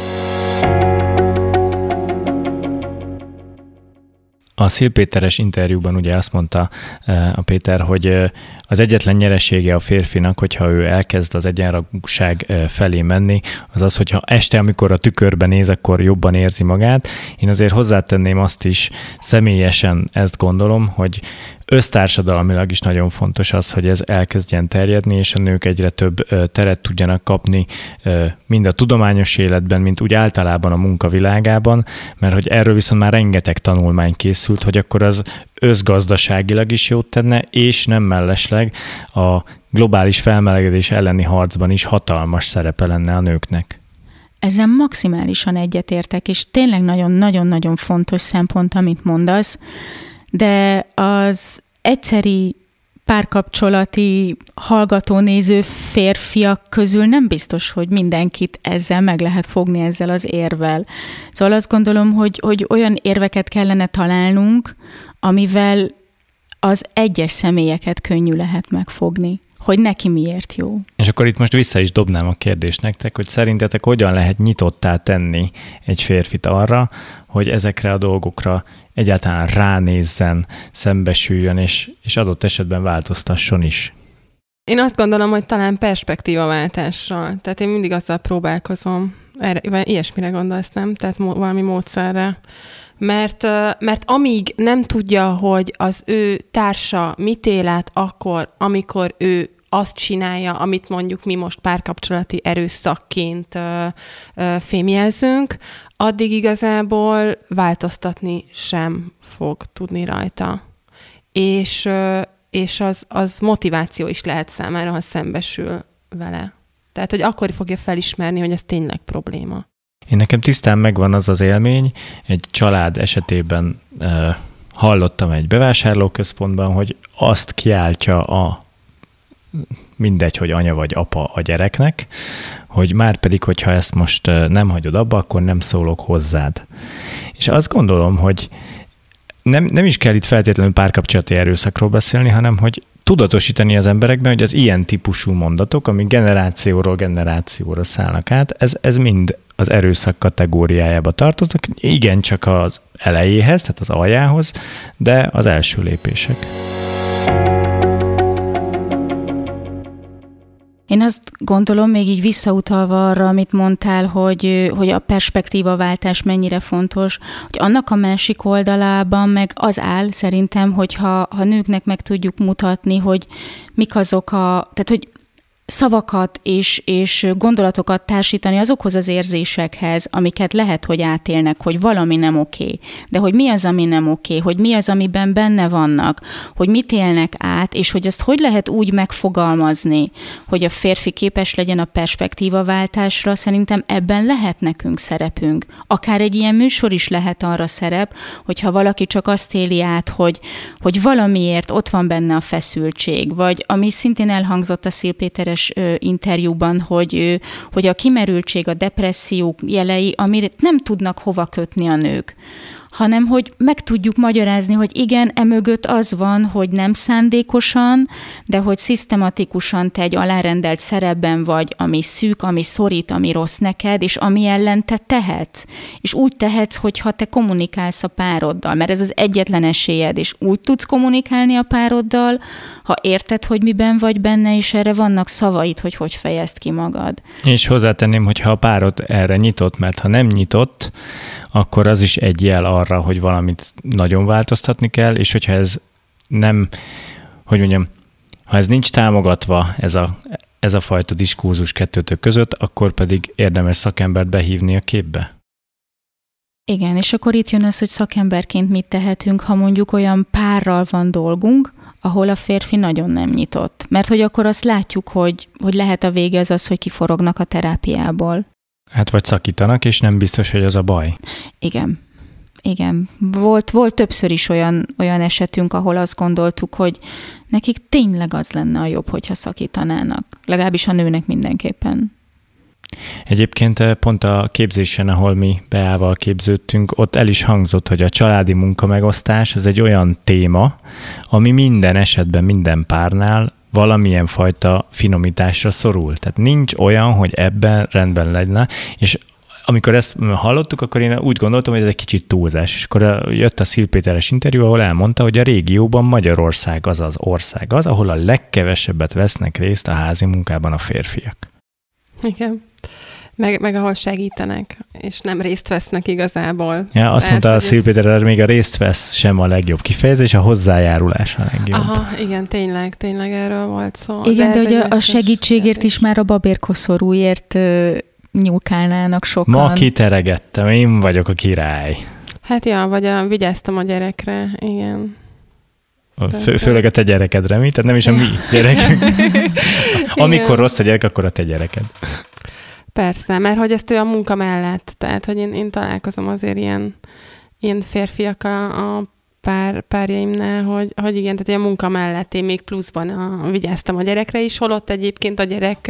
Speaker 1: A Szilpéteres interjúban ugye azt mondta a Péter, hogy az egyetlen nyeresége a férfinak, hogyha ő elkezd az egyenrangúság felé menni, az az, hogyha este, amikor a tükörben néz, akkor jobban érzi magát. Én azért hozzátenném azt is, személyesen ezt gondolom, hogy össztársadalmilag is nagyon fontos az, hogy ez elkezdjen terjedni, és a nők egyre több teret tudjanak kapni mind a tudományos életben, mint úgy általában a munkavilágában, mert hogy erről viszont már rengeteg tanulmány készült, hogy akkor az összgazdaságilag is jót tenne, és nem mellesleg a globális felmelegedés elleni harcban is hatalmas szerepe lenne a nőknek.
Speaker 2: Ezzel maximálisan egyetértek, és tényleg nagyon-nagyon fontos szempont, amit mondasz, de az egyszeri párkapcsolati hallgató-néző férfiak közül nem biztos, hogy mindenkit ezzel meg lehet fogni, ezzel az érvel. Szóval azt gondolom, hogy olyan érveket kellene találnunk, amivel az egyes személyeket könnyű lehet megfogni, hogy neki miért jó.
Speaker 1: És akkor itt most vissza is dobnám a kérdést nektek, hogy szerintetek hogyan lehet nyitottá tenni egy férfit arra, hogy ezekre a dolgokra egyáltalán ránézzen, szembesüljön, és adott esetben változtasson is.
Speaker 4: Én azt gondolom, hogy talán perspektívaváltással. Tehát én mindig azzal próbálkozom. Ilyesmire gondolsz, nem? Tehát valami módszerre. Mert amíg nem tudja, hogy az ő társa mit él át akkor, amikor ő azt csinálja, amit mondjuk mi most párkapcsolati erőszakként fémjelzünk, addig igazából változtatni sem fog tudni rajta. És az motiváció is lehet számára, ha szembesül vele. Tehát, hogy akkor fogja felismerni, hogy ez tényleg probléma.
Speaker 1: Én nekem tisztán megvan az az élmény, egy család esetében hallottam egy bevásárlóközpontban, hogy azt kiáltja mindegy, hogy anya vagy apa a gyereknek, hogy már pedig, hogyha ezt most nem hagyod abba, akkor nem szólok hozzád. És azt gondolom, hogy nem is kell itt feltétlenül párkapcsolati erőszakról beszélni, hanem hogy tudatosítani az emberekben, hogy az ilyen típusú mondatok, amik generációról generációra szállnak át, ez mind az erőszak kategóriájába tartoznak, igen, csak az elejéhez, tehát az aljához, de az első lépések.
Speaker 2: Én azt gondolom, még így visszautalva arra, amit mondtál, hogy a perspektívaváltás mennyire fontos, hogy annak a másik oldalában meg az áll szerintem, hogyha nőknek meg tudjuk mutatni, hogy mik azok tehát hogy szavakat és gondolatokat társítani azokhoz az érzésekhez, amiket lehet, hogy átélnek, hogy valami nem oké. De hogy mi az, ami nem oké, hogy mi az, amiben benne vannak, hogy mit élnek át, és hogy azt hogy lehet úgy megfogalmazni, hogy a férfi képes legyen a perspektívaváltásra, szerintem ebben lehet nekünk szerepünk. Akár egy ilyen műsor is lehet arra szerep, hogyha valaki csak azt éli át, hogy valamiért ott van benne a feszültség, vagy ami szintén elhangzott a Szilpéteres interjúban, hogy a kimerültség, a depresszió jelei, amire nem tudnak hova kötni a nők, hanem hogy meg tudjuk magyarázni, hogy igen, emögött az van, hogy nem szándékosan, de hogy szisztematikusan te egy alárendelt szerepben vagy, ami szűk, ami szorít, ami rossz neked, és ami ellen te tehetsz. És úgy tehetsz, hogyha te kommunikálsz a pároddal, mert ez az egyetlen esélyed, és úgy tudsz kommunikálni a pároddal, ha érted, hogy miben vagy benne, és erre vannak szavaid, hogy fejezd ki magad.
Speaker 1: És hozzátenném, hogyha a párod erre nyitott, mert ha nem nyitott, akkor az is egy jel arra, hogy valamit nagyon változtatni kell, és hogyha ez nem, ha ez nincs támogatva, ez a fajta diskurzus kettőtök között, akkor pedig érdemes szakembert behívni a képbe.
Speaker 2: Igen, és akkor itt jön az, hogy szakemberként mit tehetünk, ha mondjuk olyan párral van dolgunk, ahol a férfi nagyon nem nyitott. Mert hogy akkor azt látjuk, hogy lehet a vége az, hogy kiforognak a terápiából.
Speaker 1: Hát vagy szakítanak, és nem biztos, hogy az a baj.
Speaker 2: Igen. Volt többször is olyan esetünk, ahol azt gondoltuk, hogy nekik tényleg az lenne a jobb, hogyha szakítanának. Legalábbis a nőnek mindenképpen.
Speaker 1: Egyébként pont a képzésen, ahol mi Beával képződtünk, ott el is hangzott, hogy a családi munkamegosztás az egy olyan téma, ami minden esetben, minden párnál valamilyen fajta finomításra szorul. Tehát nincs olyan, hogy ebben rendben lenne, és amikor ezt hallottuk, akkor én úgy gondoltam, hogy ez egy kicsit túlzás. És akkor jött a Szilpéteres interjú, ahol elmondta, hogy a régióban Magyarország az az ország az, ahol a legkevesebbet vesznek részt a házi munkában a férfiak.
Speaker 4: Igen. Meg ahol segítenek, és nem részt vesznek igazából.
Speaker 1: Ja, azt mondta a Szilpéter, még a részt vesz sem a legjobb kifejezés, a hozzájárulás a legjobb.
Speaker 4: Aha, igen, tényleg erről volt szó.
Speaker 2: Igen, de hogy a segítségért is már a babérkoszorúért nyúlkálnának sokan.
Speaker 1: Ma kiteregettem, én vagyok a király.
Speaker 4: Hát ja, vagy vigyáztam a gyerekre, igen.
Speaker 1: Főleg a te gyerekedre, mi? Tehát nem is a mi gyerekünk. Amikor rossz a gyerek, akkor a te gyereked.
Speaker 4: Persze, mert hogy ezt ő a munka mellett, tehát hogy én találkozom azért ilyen férfiakkal a párjaimnál, hogy igen, tehát a munka mellett én még pluszban vigyáztam a gyerekre is, holott egyébként a gyerek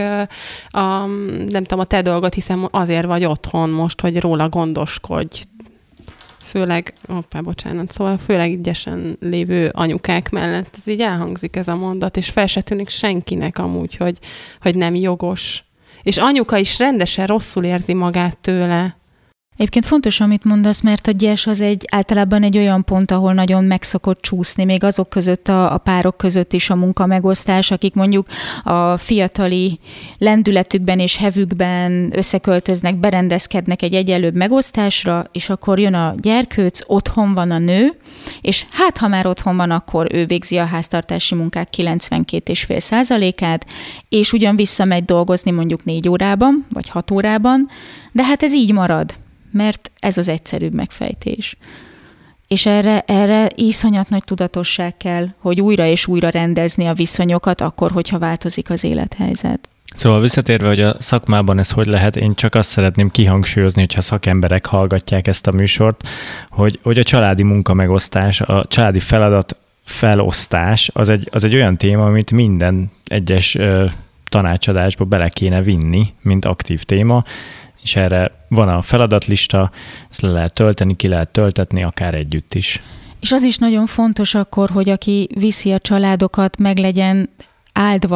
Speaker 4: nem tudom, a te dolgot, hiszen azért vagy otthon most, hogy róla gondoskodj. Főleg, szóval főleg ügyesen lévő anyukák mellett ez így elhangzik ez a mondat, és fel se tűnik senkinek amúgy, hogy nem jogos. És anyuka is rendesen rosszul érzi magát tőle.
Speaker 2: Egyébként fontos, amit mondasz, mert a gyes az általában egy olyan pont, ahol nagyon meg szokott csúszni, még azok között, a párok között is a munkamegosztás, akik mondjuk a fiatali lendületükben és hevükben összeköltöznek, berendezkednek egy egyenlőbb megosztásra, és akkor jön a gyerkőc, otthon van a nő, és hát ha már otthon van, akkor ő végzi a háztartási munkák 92,5%-át, és ugyan visszamegy dolgozni mondjuk 4 órában, vagy 6 órában, de hát ez így marad, mert ez az egyszerűbb megfejtés. És erre iszonyat nagy tudatosság kell, hogy újra és újra rendezni a viszonyokat, akkor, hogyha változik az élethelyzet.
Speaker 1: Szóval visszatérve, hogy a szakmában ez hogy lehet, én csak azt szeretném kihangsúlyozni, hogyha szakemberek hallgatják ezt a műsort, hogy a családi munkamegosztás, a családi feladat felosztás az egy olyan téma, amit minden egyes tanácsadásba bele kéne vinni, mint aktív téma, és erre van a feladatlista, ezt le lehet tölteni, ki lehet töltetni, akár együtt is.
Speaker 2: És az is nagyon fontos akkor, hogy aki viszi a családokat, meg legyen áldva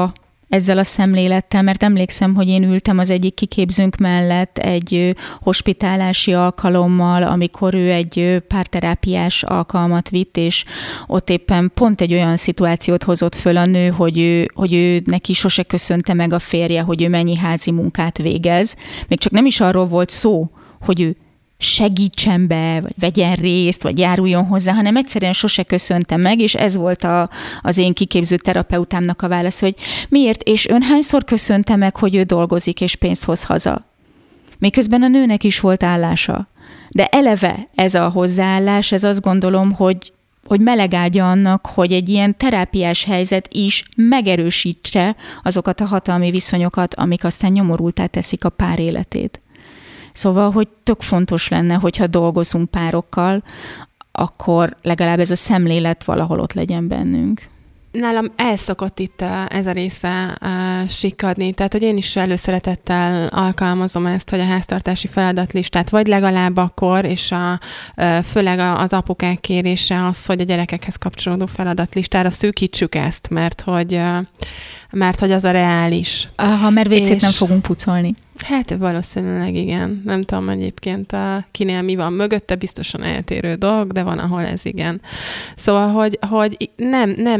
Speaker 2: ezzel a szemlélettel, mert emlékszem, hogy én ültem az egyik kiképzőnk mellett egy hospitálási alkalommal, amikor ő egy párterápiás alkalmat vitt, és ott éppen pont egy olyan szituációt hozott föl a nő, hogy ő neki sose köszönte meg a férje, hogy ő mennyi házi munkát végez. Még csak nem is arról volt szó, hogy ő segítsen be, vagy vegyen részt, vagy járuljon hozzá, hanem egyszerűen sose köszöntem meg, és ez volt az én kiképző terapeutámnak a válasz, hogy miért, és ön hányszor köszönte meg, hogy ő dolgozik, és pénzt hoz haza? Miközben a nőnek is volt állása. De eleve ez a hozzáállás, ez azt gondolom, hogy melegágya annak, hogy egy ilyen terápiás helyzet is megerősítse azokat a hatalmi viszonyokat, amik aztán nyomorultá teszik a pár életét. Szóval, hogy tök fontos lenne, hogyha dolgozunk párokkal, akkor legalább ez a szemlélet valahol ott legyen bennünk.
Speaker 4: Nálam el szokott itt ez a része sikkadni, tehát hogy én is előszeretettel alkalmazom ezt, hogy a háztartási feladatlistát, vagy legalább akkor, és főleg az apukák kérése az, hogy a gyerekekhez kapcsolódó feladatlistára szűkítsük ezt, mert hogy az a reális.
Speaker 2: Mert vécét nem fogunk pucolni.
Speaker 4: Hát valószínűleg igen. Nem tudom egyébként kinél mi van mögötte, biztosan eltérő dolog, de van, ahol ez igen. Szóval, hogy nem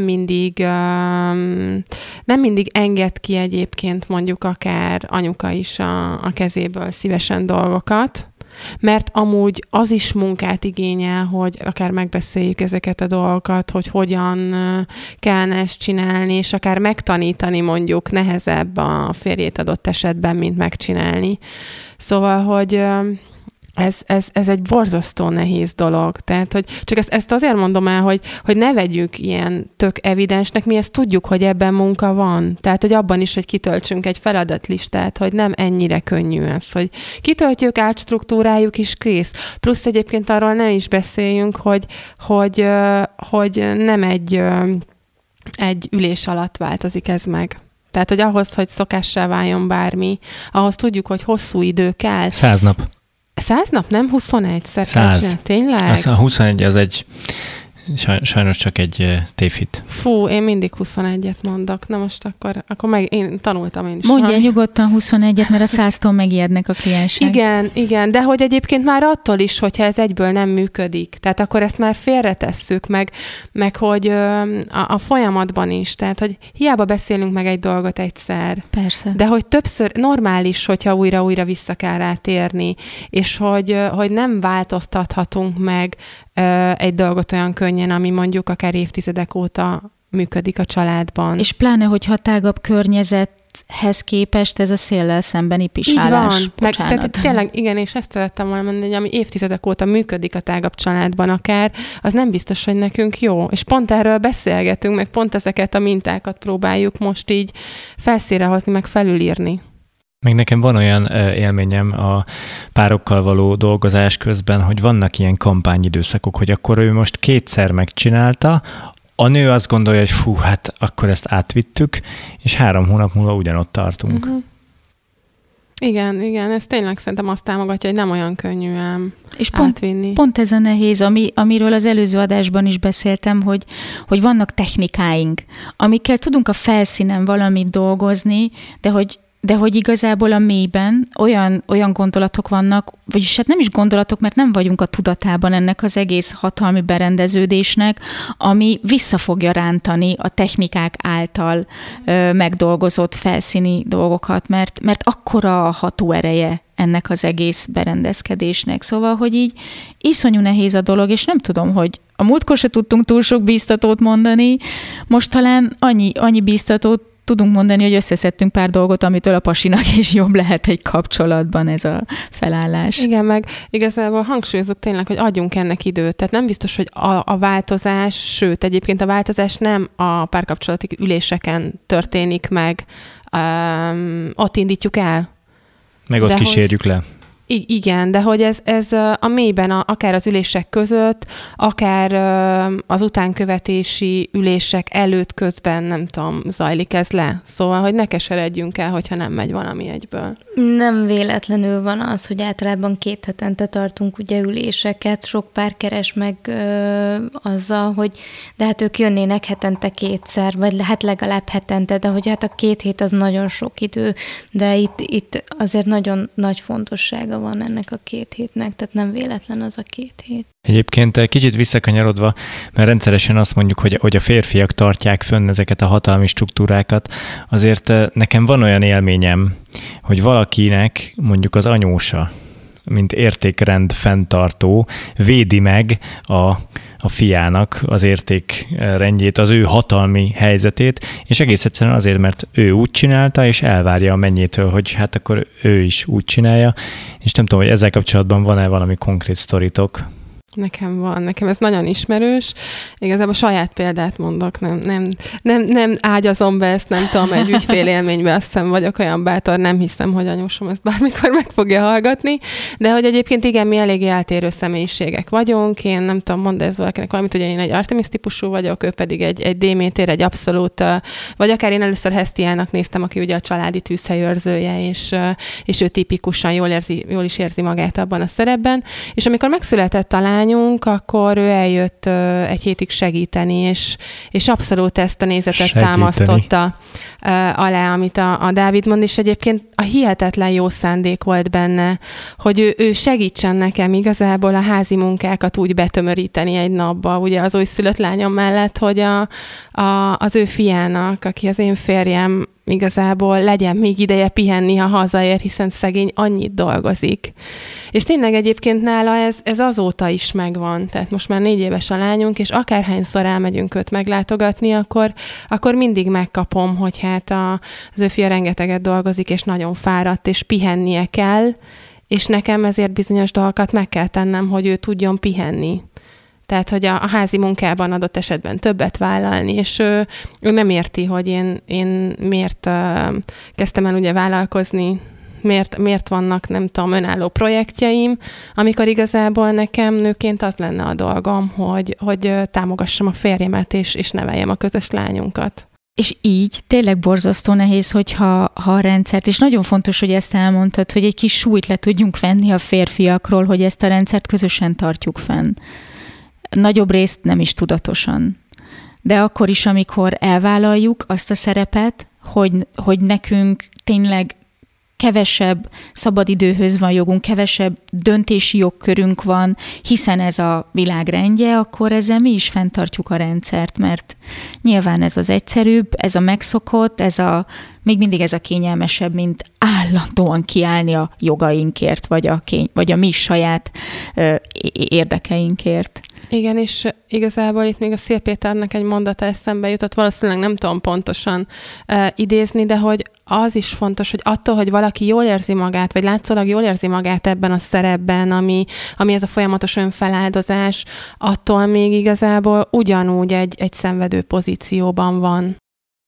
Speaker 4: mindig enged ki egyébként mondjuk akár anyuka is a kezéből szívesen dolgokat, mert amúgy az is munkát igényel, hogy akár megbeszéljük ezeket a dolgokat, hogy hogyan kellene ezt csinálni, és akár megtanítani mondjuk nehezebb a férjét adott esetben, mint megcsinálni. Szóval, hogy ez egy borzasztó nehéz dolog. Tehát, hogy csak ezt azért mondom el, hogy ne vegyük ilyen tök evidensnek, mi ezt tudjuk, hogy ebben munka van. Tehát, hogy abban is, hogy kitöltsünk egy feladatlistát, hogy nem ennyire könnyű ez, hogy kitöltjük, átstruktúráljuk is kész. Plusz egyébként arról nem is beszéljünk, hogy nem egy ülés alatt változik ez meg. Tehát, hogy ahhoz, hogy szokássá váljon bármi, ahhoz tudjuk, hogy hosszú idő kell.
Speaker 1: 100 nap.
Speaker 4: 100 nap, nem 21-szer?
Speaker 1: 100.
Speaker 4: Tényleg?
Speaker 1: A 21 az egy, sajnos csak egy tévhit.
Speaker 4: Fú, én mindig 21-et mondok. Na most akkor én tanultam én is.
Speaker 2: Mondja nyugodtan 21-et, mert a 100-tól megijednek a kliensek.
Speaker 4: Igen, de hogy egyébként már attól is, hogyha ez egyből nem működik. Tehát akkor ezt már félretesszük, meg hogy a folyamatban is. Tehát, hogy hiába beszélünk meg egy dolgot egyszer.
Speaker 2: Persze.
Speaker 4: De hogy többször normális, hogyha újra vissza kell rá térni, és hogy nem változtathatunk meg egy dolgot olyan könnyen, ami mondjuk akár évtizedek óta működik a családban.
Speaker 2: És pláne, hogyha tágabb környezethez képest ez a széllel szembeni pisálás.
Speaker 4: Így van. Tehát tényleg, igen, és ezt szerettem volna mondani, hogy ami évtizedek óta működik a tágabb családban akár, az nem biztos, hogy nekünk jó. És pont erről beszélgetünk, meg pont ezeket a mintákat próbáljuk most így felszínre hozni, meg felülírni.
Speaker 1: Meg nekem van olyan élményem a párokkal való dolgozás közben, hogy vannak ilyen kampányidőszakok, hogy akkor ő most 2-szer megcsinálta, a nő azt gondolja, hogy fú, hát akkor ezt átvittük, és 3 hónap múlva ugyanott tartunk.
Speaker 4: Uh-huh. Igen, ez tényleg szerintem azt támogatja, hogy nem olyan könnyű
Speaker 2: és
Speaker 4: átvinni.
Speaker 2: Pont ez a nehéz, amiről az előző adásban is beszéltem, hogy vannak technikáink, amikkel tudunk a felszínen valamit dolgozni, de hogy igazából a mélyben olyan gondolatok vannak, vagyis hát nem is gondolatok, mert nem vagyunk a tudatában ennek az egész hatalmi berendeződésnek, ami vissza fogja rántani a technikák által megdolgozott felszíni dolgokat, mert akkora a hatóereje ennek az egész berendezkedésnek. Szóval, hogy így iszonyú nehéz a dolog, és nem tudom, hogy a múltkor se tudtunk túl sok bíztatót mondani, most talán annyi bíztatót tudunk mondani, hogy összeszedtünk pár dolgot, amitől a pasinak is jobb lehet egy kapcsolatban ez a felállás.
Speaker 4: Igen, meg igazából hangsúlyozok tényleg, hogy adjunk ennek időt. Tehát nem biztos, hogy a változás, sőt, egyébként a változás nem a párkapcsolati üléseken történik meg, ott indítjuk el.
Speaker 1: Meg ott kísérjük le.
Speaker 4: Igen, de hogy ez a mélyben, akár az ülések között, akár az utánkövetési ülések előtt, közben, nem tudom, zajlik ez le. Szóval, hogy ne keseredjünk el, hogyha nem megy valami egyből.
Speaker 3: Nem véletlenül van az, hogy általában 2 hetente tartunk ugye üléseket, sok pár keres meg azzal, hogy de hát ők jönnének hetente 2-szer, vagy hát legalább hetente, de hogy hát a 2 hét az nagyon sok idő, de itt azért nagyon nagy fontossága van ennek a 2 hétnek, tehát nem véletlen az a 2 hét.
Speaker 1: Egyébként kicsit visszakanyarodva, mert rendszeresen azt mondjuk, hogy a férfiak tartják fönn ezeket a hatalmi struktúrákat, azért nekem van olyan élményem, hogy valakinek mondjuk az anyósa, mint értékrend fenntartó, védi meg a fiának az értékrendjét, az ő hatalmi helyzetét, és egész egyszerűen azért, mert ő úgy csinálta, és elvárja a mennyétől, hogy hát akkor ő is úgy csinálja, és nem tudom, hogy ezzel kapcsolatban van-e valami konkrét sztoritok?
Speaker 4: Nekem van, nekem ez nagyon ismerős. Igazából saját példát mondok, nem ágyazom be ezt, nem tudom, egy ügyfél élménybe, azt hiszem vagyok olyan bátor, nem hiszem, hogy anyósom ezt bármikor meg fogja hallgatni, de hogy egyébként igen, mi eléggé eltérő személyiségek vagyunk, én nem tudom, mondd ez valakinek valamit, ugye én egy Artemis típusú vagyok, ő pedig egy Déméter, egy abszolút, vagy akár én először Hesztiának néztem, aki ugye a családi tűzhelyőrzője, és ő tipikusan jól is érzi magát abban a szerepben, és amikor megszületett a lány, akkor ő eljött egy hétig segíteni, és abszolút ezt a nézetet támasztotta alá, amit a Dávid mond, és egyébként a hihetetlen jó szándék volt benne, hogy ő segítsen nekem igazából a házi munkákat úgy betömöríteni egy napba, ugye az újszülött lányom mellett, hogy az ő fiának, aki az én férjem, igazából legyen még ideje pihenni, ha hazaér, hiszen szegény annyit dolgozik. És tényleg egyébként nála ez azóta is megvan. Tehát most már 4 éves a lányunk, és akárhányszor elmegyünk őt meglátogatni, akkor mindig megkapom, hogy hát az ő fia rengeteget dolgozik, és nagyon fáradt, és pihennie kell, és nekem ezért bizonyos dolgokat meg kell tennem, hogy ő tudjon pihenni. Tehát, hogy a házi munkában adott esetben többet vállalni, és ő nem érti, hogy én miért kezdtem el ugye vállalkozni, miért vannak, nem tudom, önálló projektjeim, amikor igazából nekem nőként az lenne a dolgom, hogy támogassam a férjemet, és neveljem a közös lányunkat.
Speaker 2: És így tényleg borzasztó nehéz, hogyha a rendszert, és nagyon fontos, hogy ezt elmondtad, hogy egy kis súlyt le tudjunk venni a férfiakról, hogy ezt a rendszert közösen tartjuk fenn. Nagyobb részt nem is tudatosan. De akkor is, amikor elvállaljuk azt a szerepet, hogy nekünk tényleg kevesebb szabadidőhöz van jogunk, kevesebb döntési jogkörünk van, hiszen ez a világ rendje, akkor ezzel mi is fenntartjuk a rendszert, mert nyilván ez az egyszerűbb, ez a megszokott, még mindig ez a kényelmesebb, mint állandóan kiállni a jogainkért, vagy a mi saját érdekeinkért.
Speaker 4: Igen, és igazából itt még a Szél Péternek egy mondata eszembe jutott, valószínűleg nem tudom pontosan idézni, de hogy az is fontos, hogy attól, hogy valaki jól érzi magát, vagy látszólag jól érzi magát ebben a szerepben, ami ez a folyamatos önfeláldozás, attól még igazából ugyanúgy egy szenvedő pozícióban van.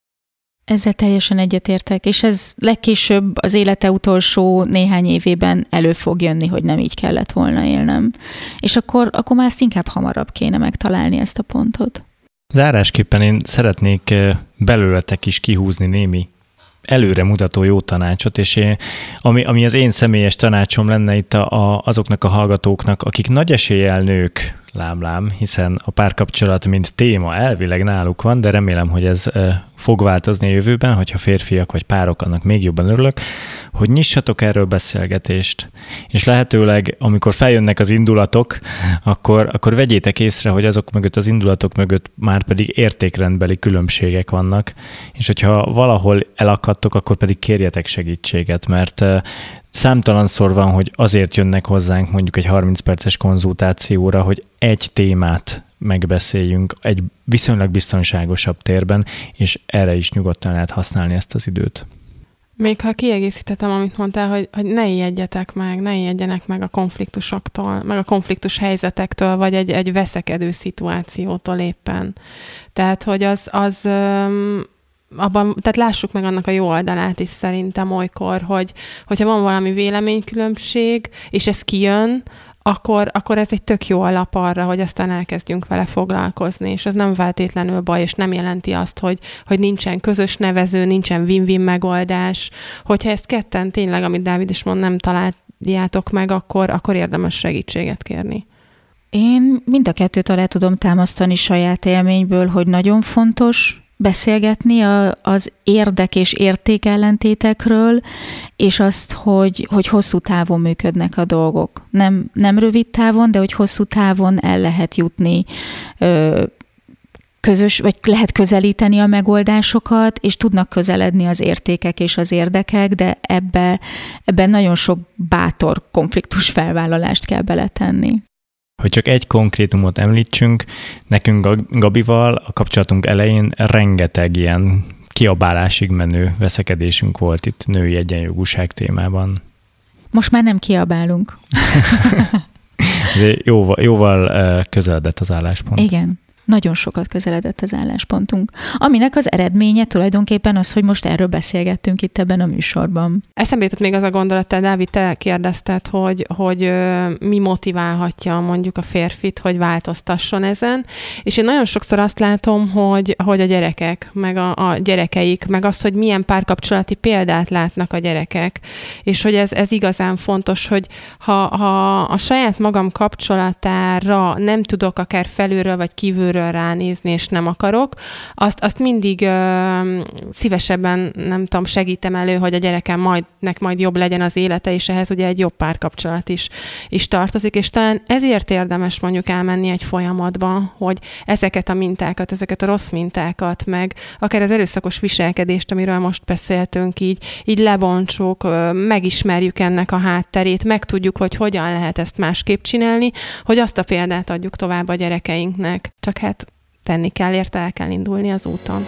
Speaker 2: Ezzel teljesen egyetértek, és ez legkésőbb az élete utolsó néhány évében elő fog jönni, hogy nem így kellett volna élnem. És akkor már ezt inkább hamarabb kéne megtalálni ezt a pontot.
Speaker 1: Zárásképpen én szeretnék belőletek is kihúzni némi előremutató jó tanácsot, és ami az én személyes tanácsom lenne itt azoknak a hallgatóknak, akik nagy eséllyel nők, lám, hiszen a párkapcsolat mint téma elvileg náluk van, de remélem, hogy ez fog változni a jövőben, hogyha férfiak vagy párok, annak még jobban örülök, hogy nyissatok erről beszélgetést, és lehetőleg, amikor feljönnek az indulatok, akkor vegyétek észre, hogy azok mögött, az indulatok mögött már pedig értékrendbeli különbségek vannak, és hogyha valahol elakadtok, akkor pedig kérjetek segítséget, mert számtalanszor van, hogy azért jönnek hozzánk mondjuk egy 30 perces konzultációra, hogy egy témát megbeszéljünk egy viszonylag biztonságosabb térben, és erre is nyugodtan lehet használni ezt az időt.
Speaker 4: Még ha kiegészítettem, amit mondtál, hogy ne ijedjenek meg a konfliktusoktól, meg a konfliktus helyzetektől, vagy egy veszekedő szituációtól éppen. Tehát, hogy tehát lássuk meg annak a jó oldalát is szerintem olykor, hogyha van valami véleménykülönbség, és ez kijön, akkor ez egy tök jó alap arra, hogy aztán elkezdjünk vele foglalkozni, és ez nem feltétlenül baj, és nem jelenti azt, hogy nincsen közös nevező, nincsen win-win megoldás. Hogyha ezt ketten tényleg, amit Dávid is mond, nem találjátok meg, akkor érdemes segítséget kérni.
Speaker 2: Én mind a kettőt alá tudom támasztani saját élményből, hogy nagyon fontos beszélgetni az érdek és értékellentétekről, és azt, hogy hosszú távon működnek a dolgok. Nem rövid távon, de hogy hosszú távon el lehet jutni vagy lehet közelíteni a megoldásokat, és tudnak közeledni az értékek és az érdekek, de ebben nagyon sok bátor konfliktus felvállalást kell beletenni.
Speaker 1: Hogy csak egy konkrétumot említsünk, nekünk Gabival a kapcsolatunk elején rengeteg ilyen kiabálásig menő veszekedésünk volt itt női egyenjogúság témában.
Speaker 2: Most már nem kiabálunk.
Speaker 1: Jóval közeledett az álláspont.
Speaker 2: Igen. Nagyon sokat közeledett az álláspontunk. Aminek az eredménye tulajdonképpen az, hogy most erről beszélgettünk itt ebben a műsorban.
Speaker 4: Eszembe jutott még az a gondolat, Dávid, te kérdezted, hogy mi motiválhatja mondjuk a férfit, hogy változtasson ezen, és én nagyon sokszor azt látom, hogy a gyerekek, meg a gyerekeik, meg az, hogy milyen párkapcsolati példát látnak a gyerekek, és hogy ez igazán fontos, hogy ha a saját magam kapcsolatára nem tudok akár felülről vagy kívülről ránézni, és nem akarok, azt mindig szívesebben, nem tudom, segítem elő, hogy a gyerekemnek majd jobb legyen az élete, és ehhez ugye egy jobb párkapcsolat is tartozik, és talán ezért érdemes mondjuk elmenni egy folyamatba, hogy ezeket a mintákat, ezeket a rossz mintákat, meg akár az erőszakos viselkedést, amiről most beszéltünk, így lebontsuk, megismerjük ennek a hátterét, megtudjuk, hogy hogyan lehet ezt másképp csinálni, hogy azt a példát adjuk tovább a gyerekeinknek. Csak hát tenni kell érte, el kell indulni az úton.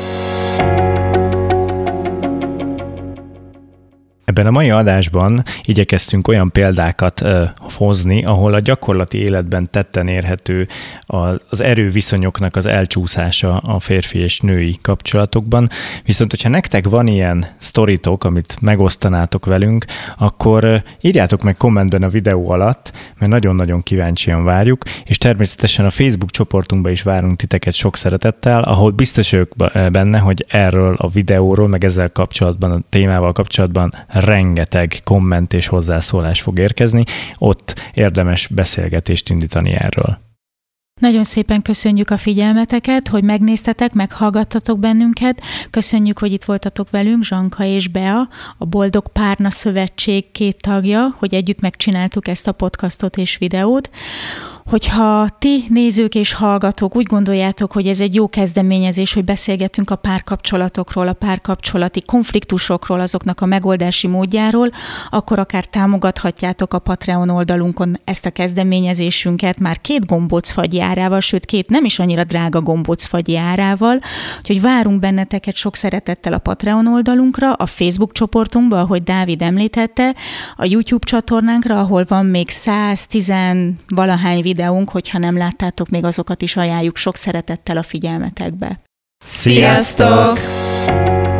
Speaker 1: Ebben a mai adásban igyekeztünk olyan példákat hozni, ahol a gyakorlati életben tetten érhető az erőviszonyoknak az elcsúszása a férfi és női kapcsolatokban. Viszont, hogyha nektek van ilyen sztoritok, amit megosztanátok velünk, akkor írjátok meg kommentben a videó alatt, mert nagyon-nagyon kíváncsian várjuk, és természetesen a Facebook csoportunkba is várunk titeket sok szeretettel, ahol biztos vagyok benne, hogy erről a videóról, meg ezzel kapcsolatban, a témával kapcsolatban rengeteg komment és hozzászólás fog érkezni, ott érdemes beszélgetést indítani erről.
Speaker 2: Nagyon szépen köszönjük a figyelmeteket, hogy megnéztetek, meghallgattatok bennünket. Köszönjük, hogy itt voltatok velünk, Zsanka és Bea, a Boldog Párna Szövetség 2 tagja, hogy együtt megcsináltuk ezt a podcastot és videót. Hogyha ti nézők és hallgatók úgy gondoljátok, hogy ez egy jó kezdeményezés, hogy beszélgetünk a párkapcsolatokról, a párkapcsolati konfliktusokról, azoknak a megoldási módjáról, akkor akár támogathatjátok a Patreon oldalunkon ezt a kezdeményezésünket már 2 gombócfagyi árával, sőt 2 nem is annyira drága gombócfagyi árával, úgyhogy várunk benneteket sok szeretettel a Patreon oldalunkra, a Facebook csoportunkba, ahogy Dávid említette, a YouTube csatornánkra, ahol van még 110-valahány videónk, hogyha nem láttátok, még azokat is ajánljuk sok szeretettel a figyelmetekbe.
Speaker 1: Sziasztok!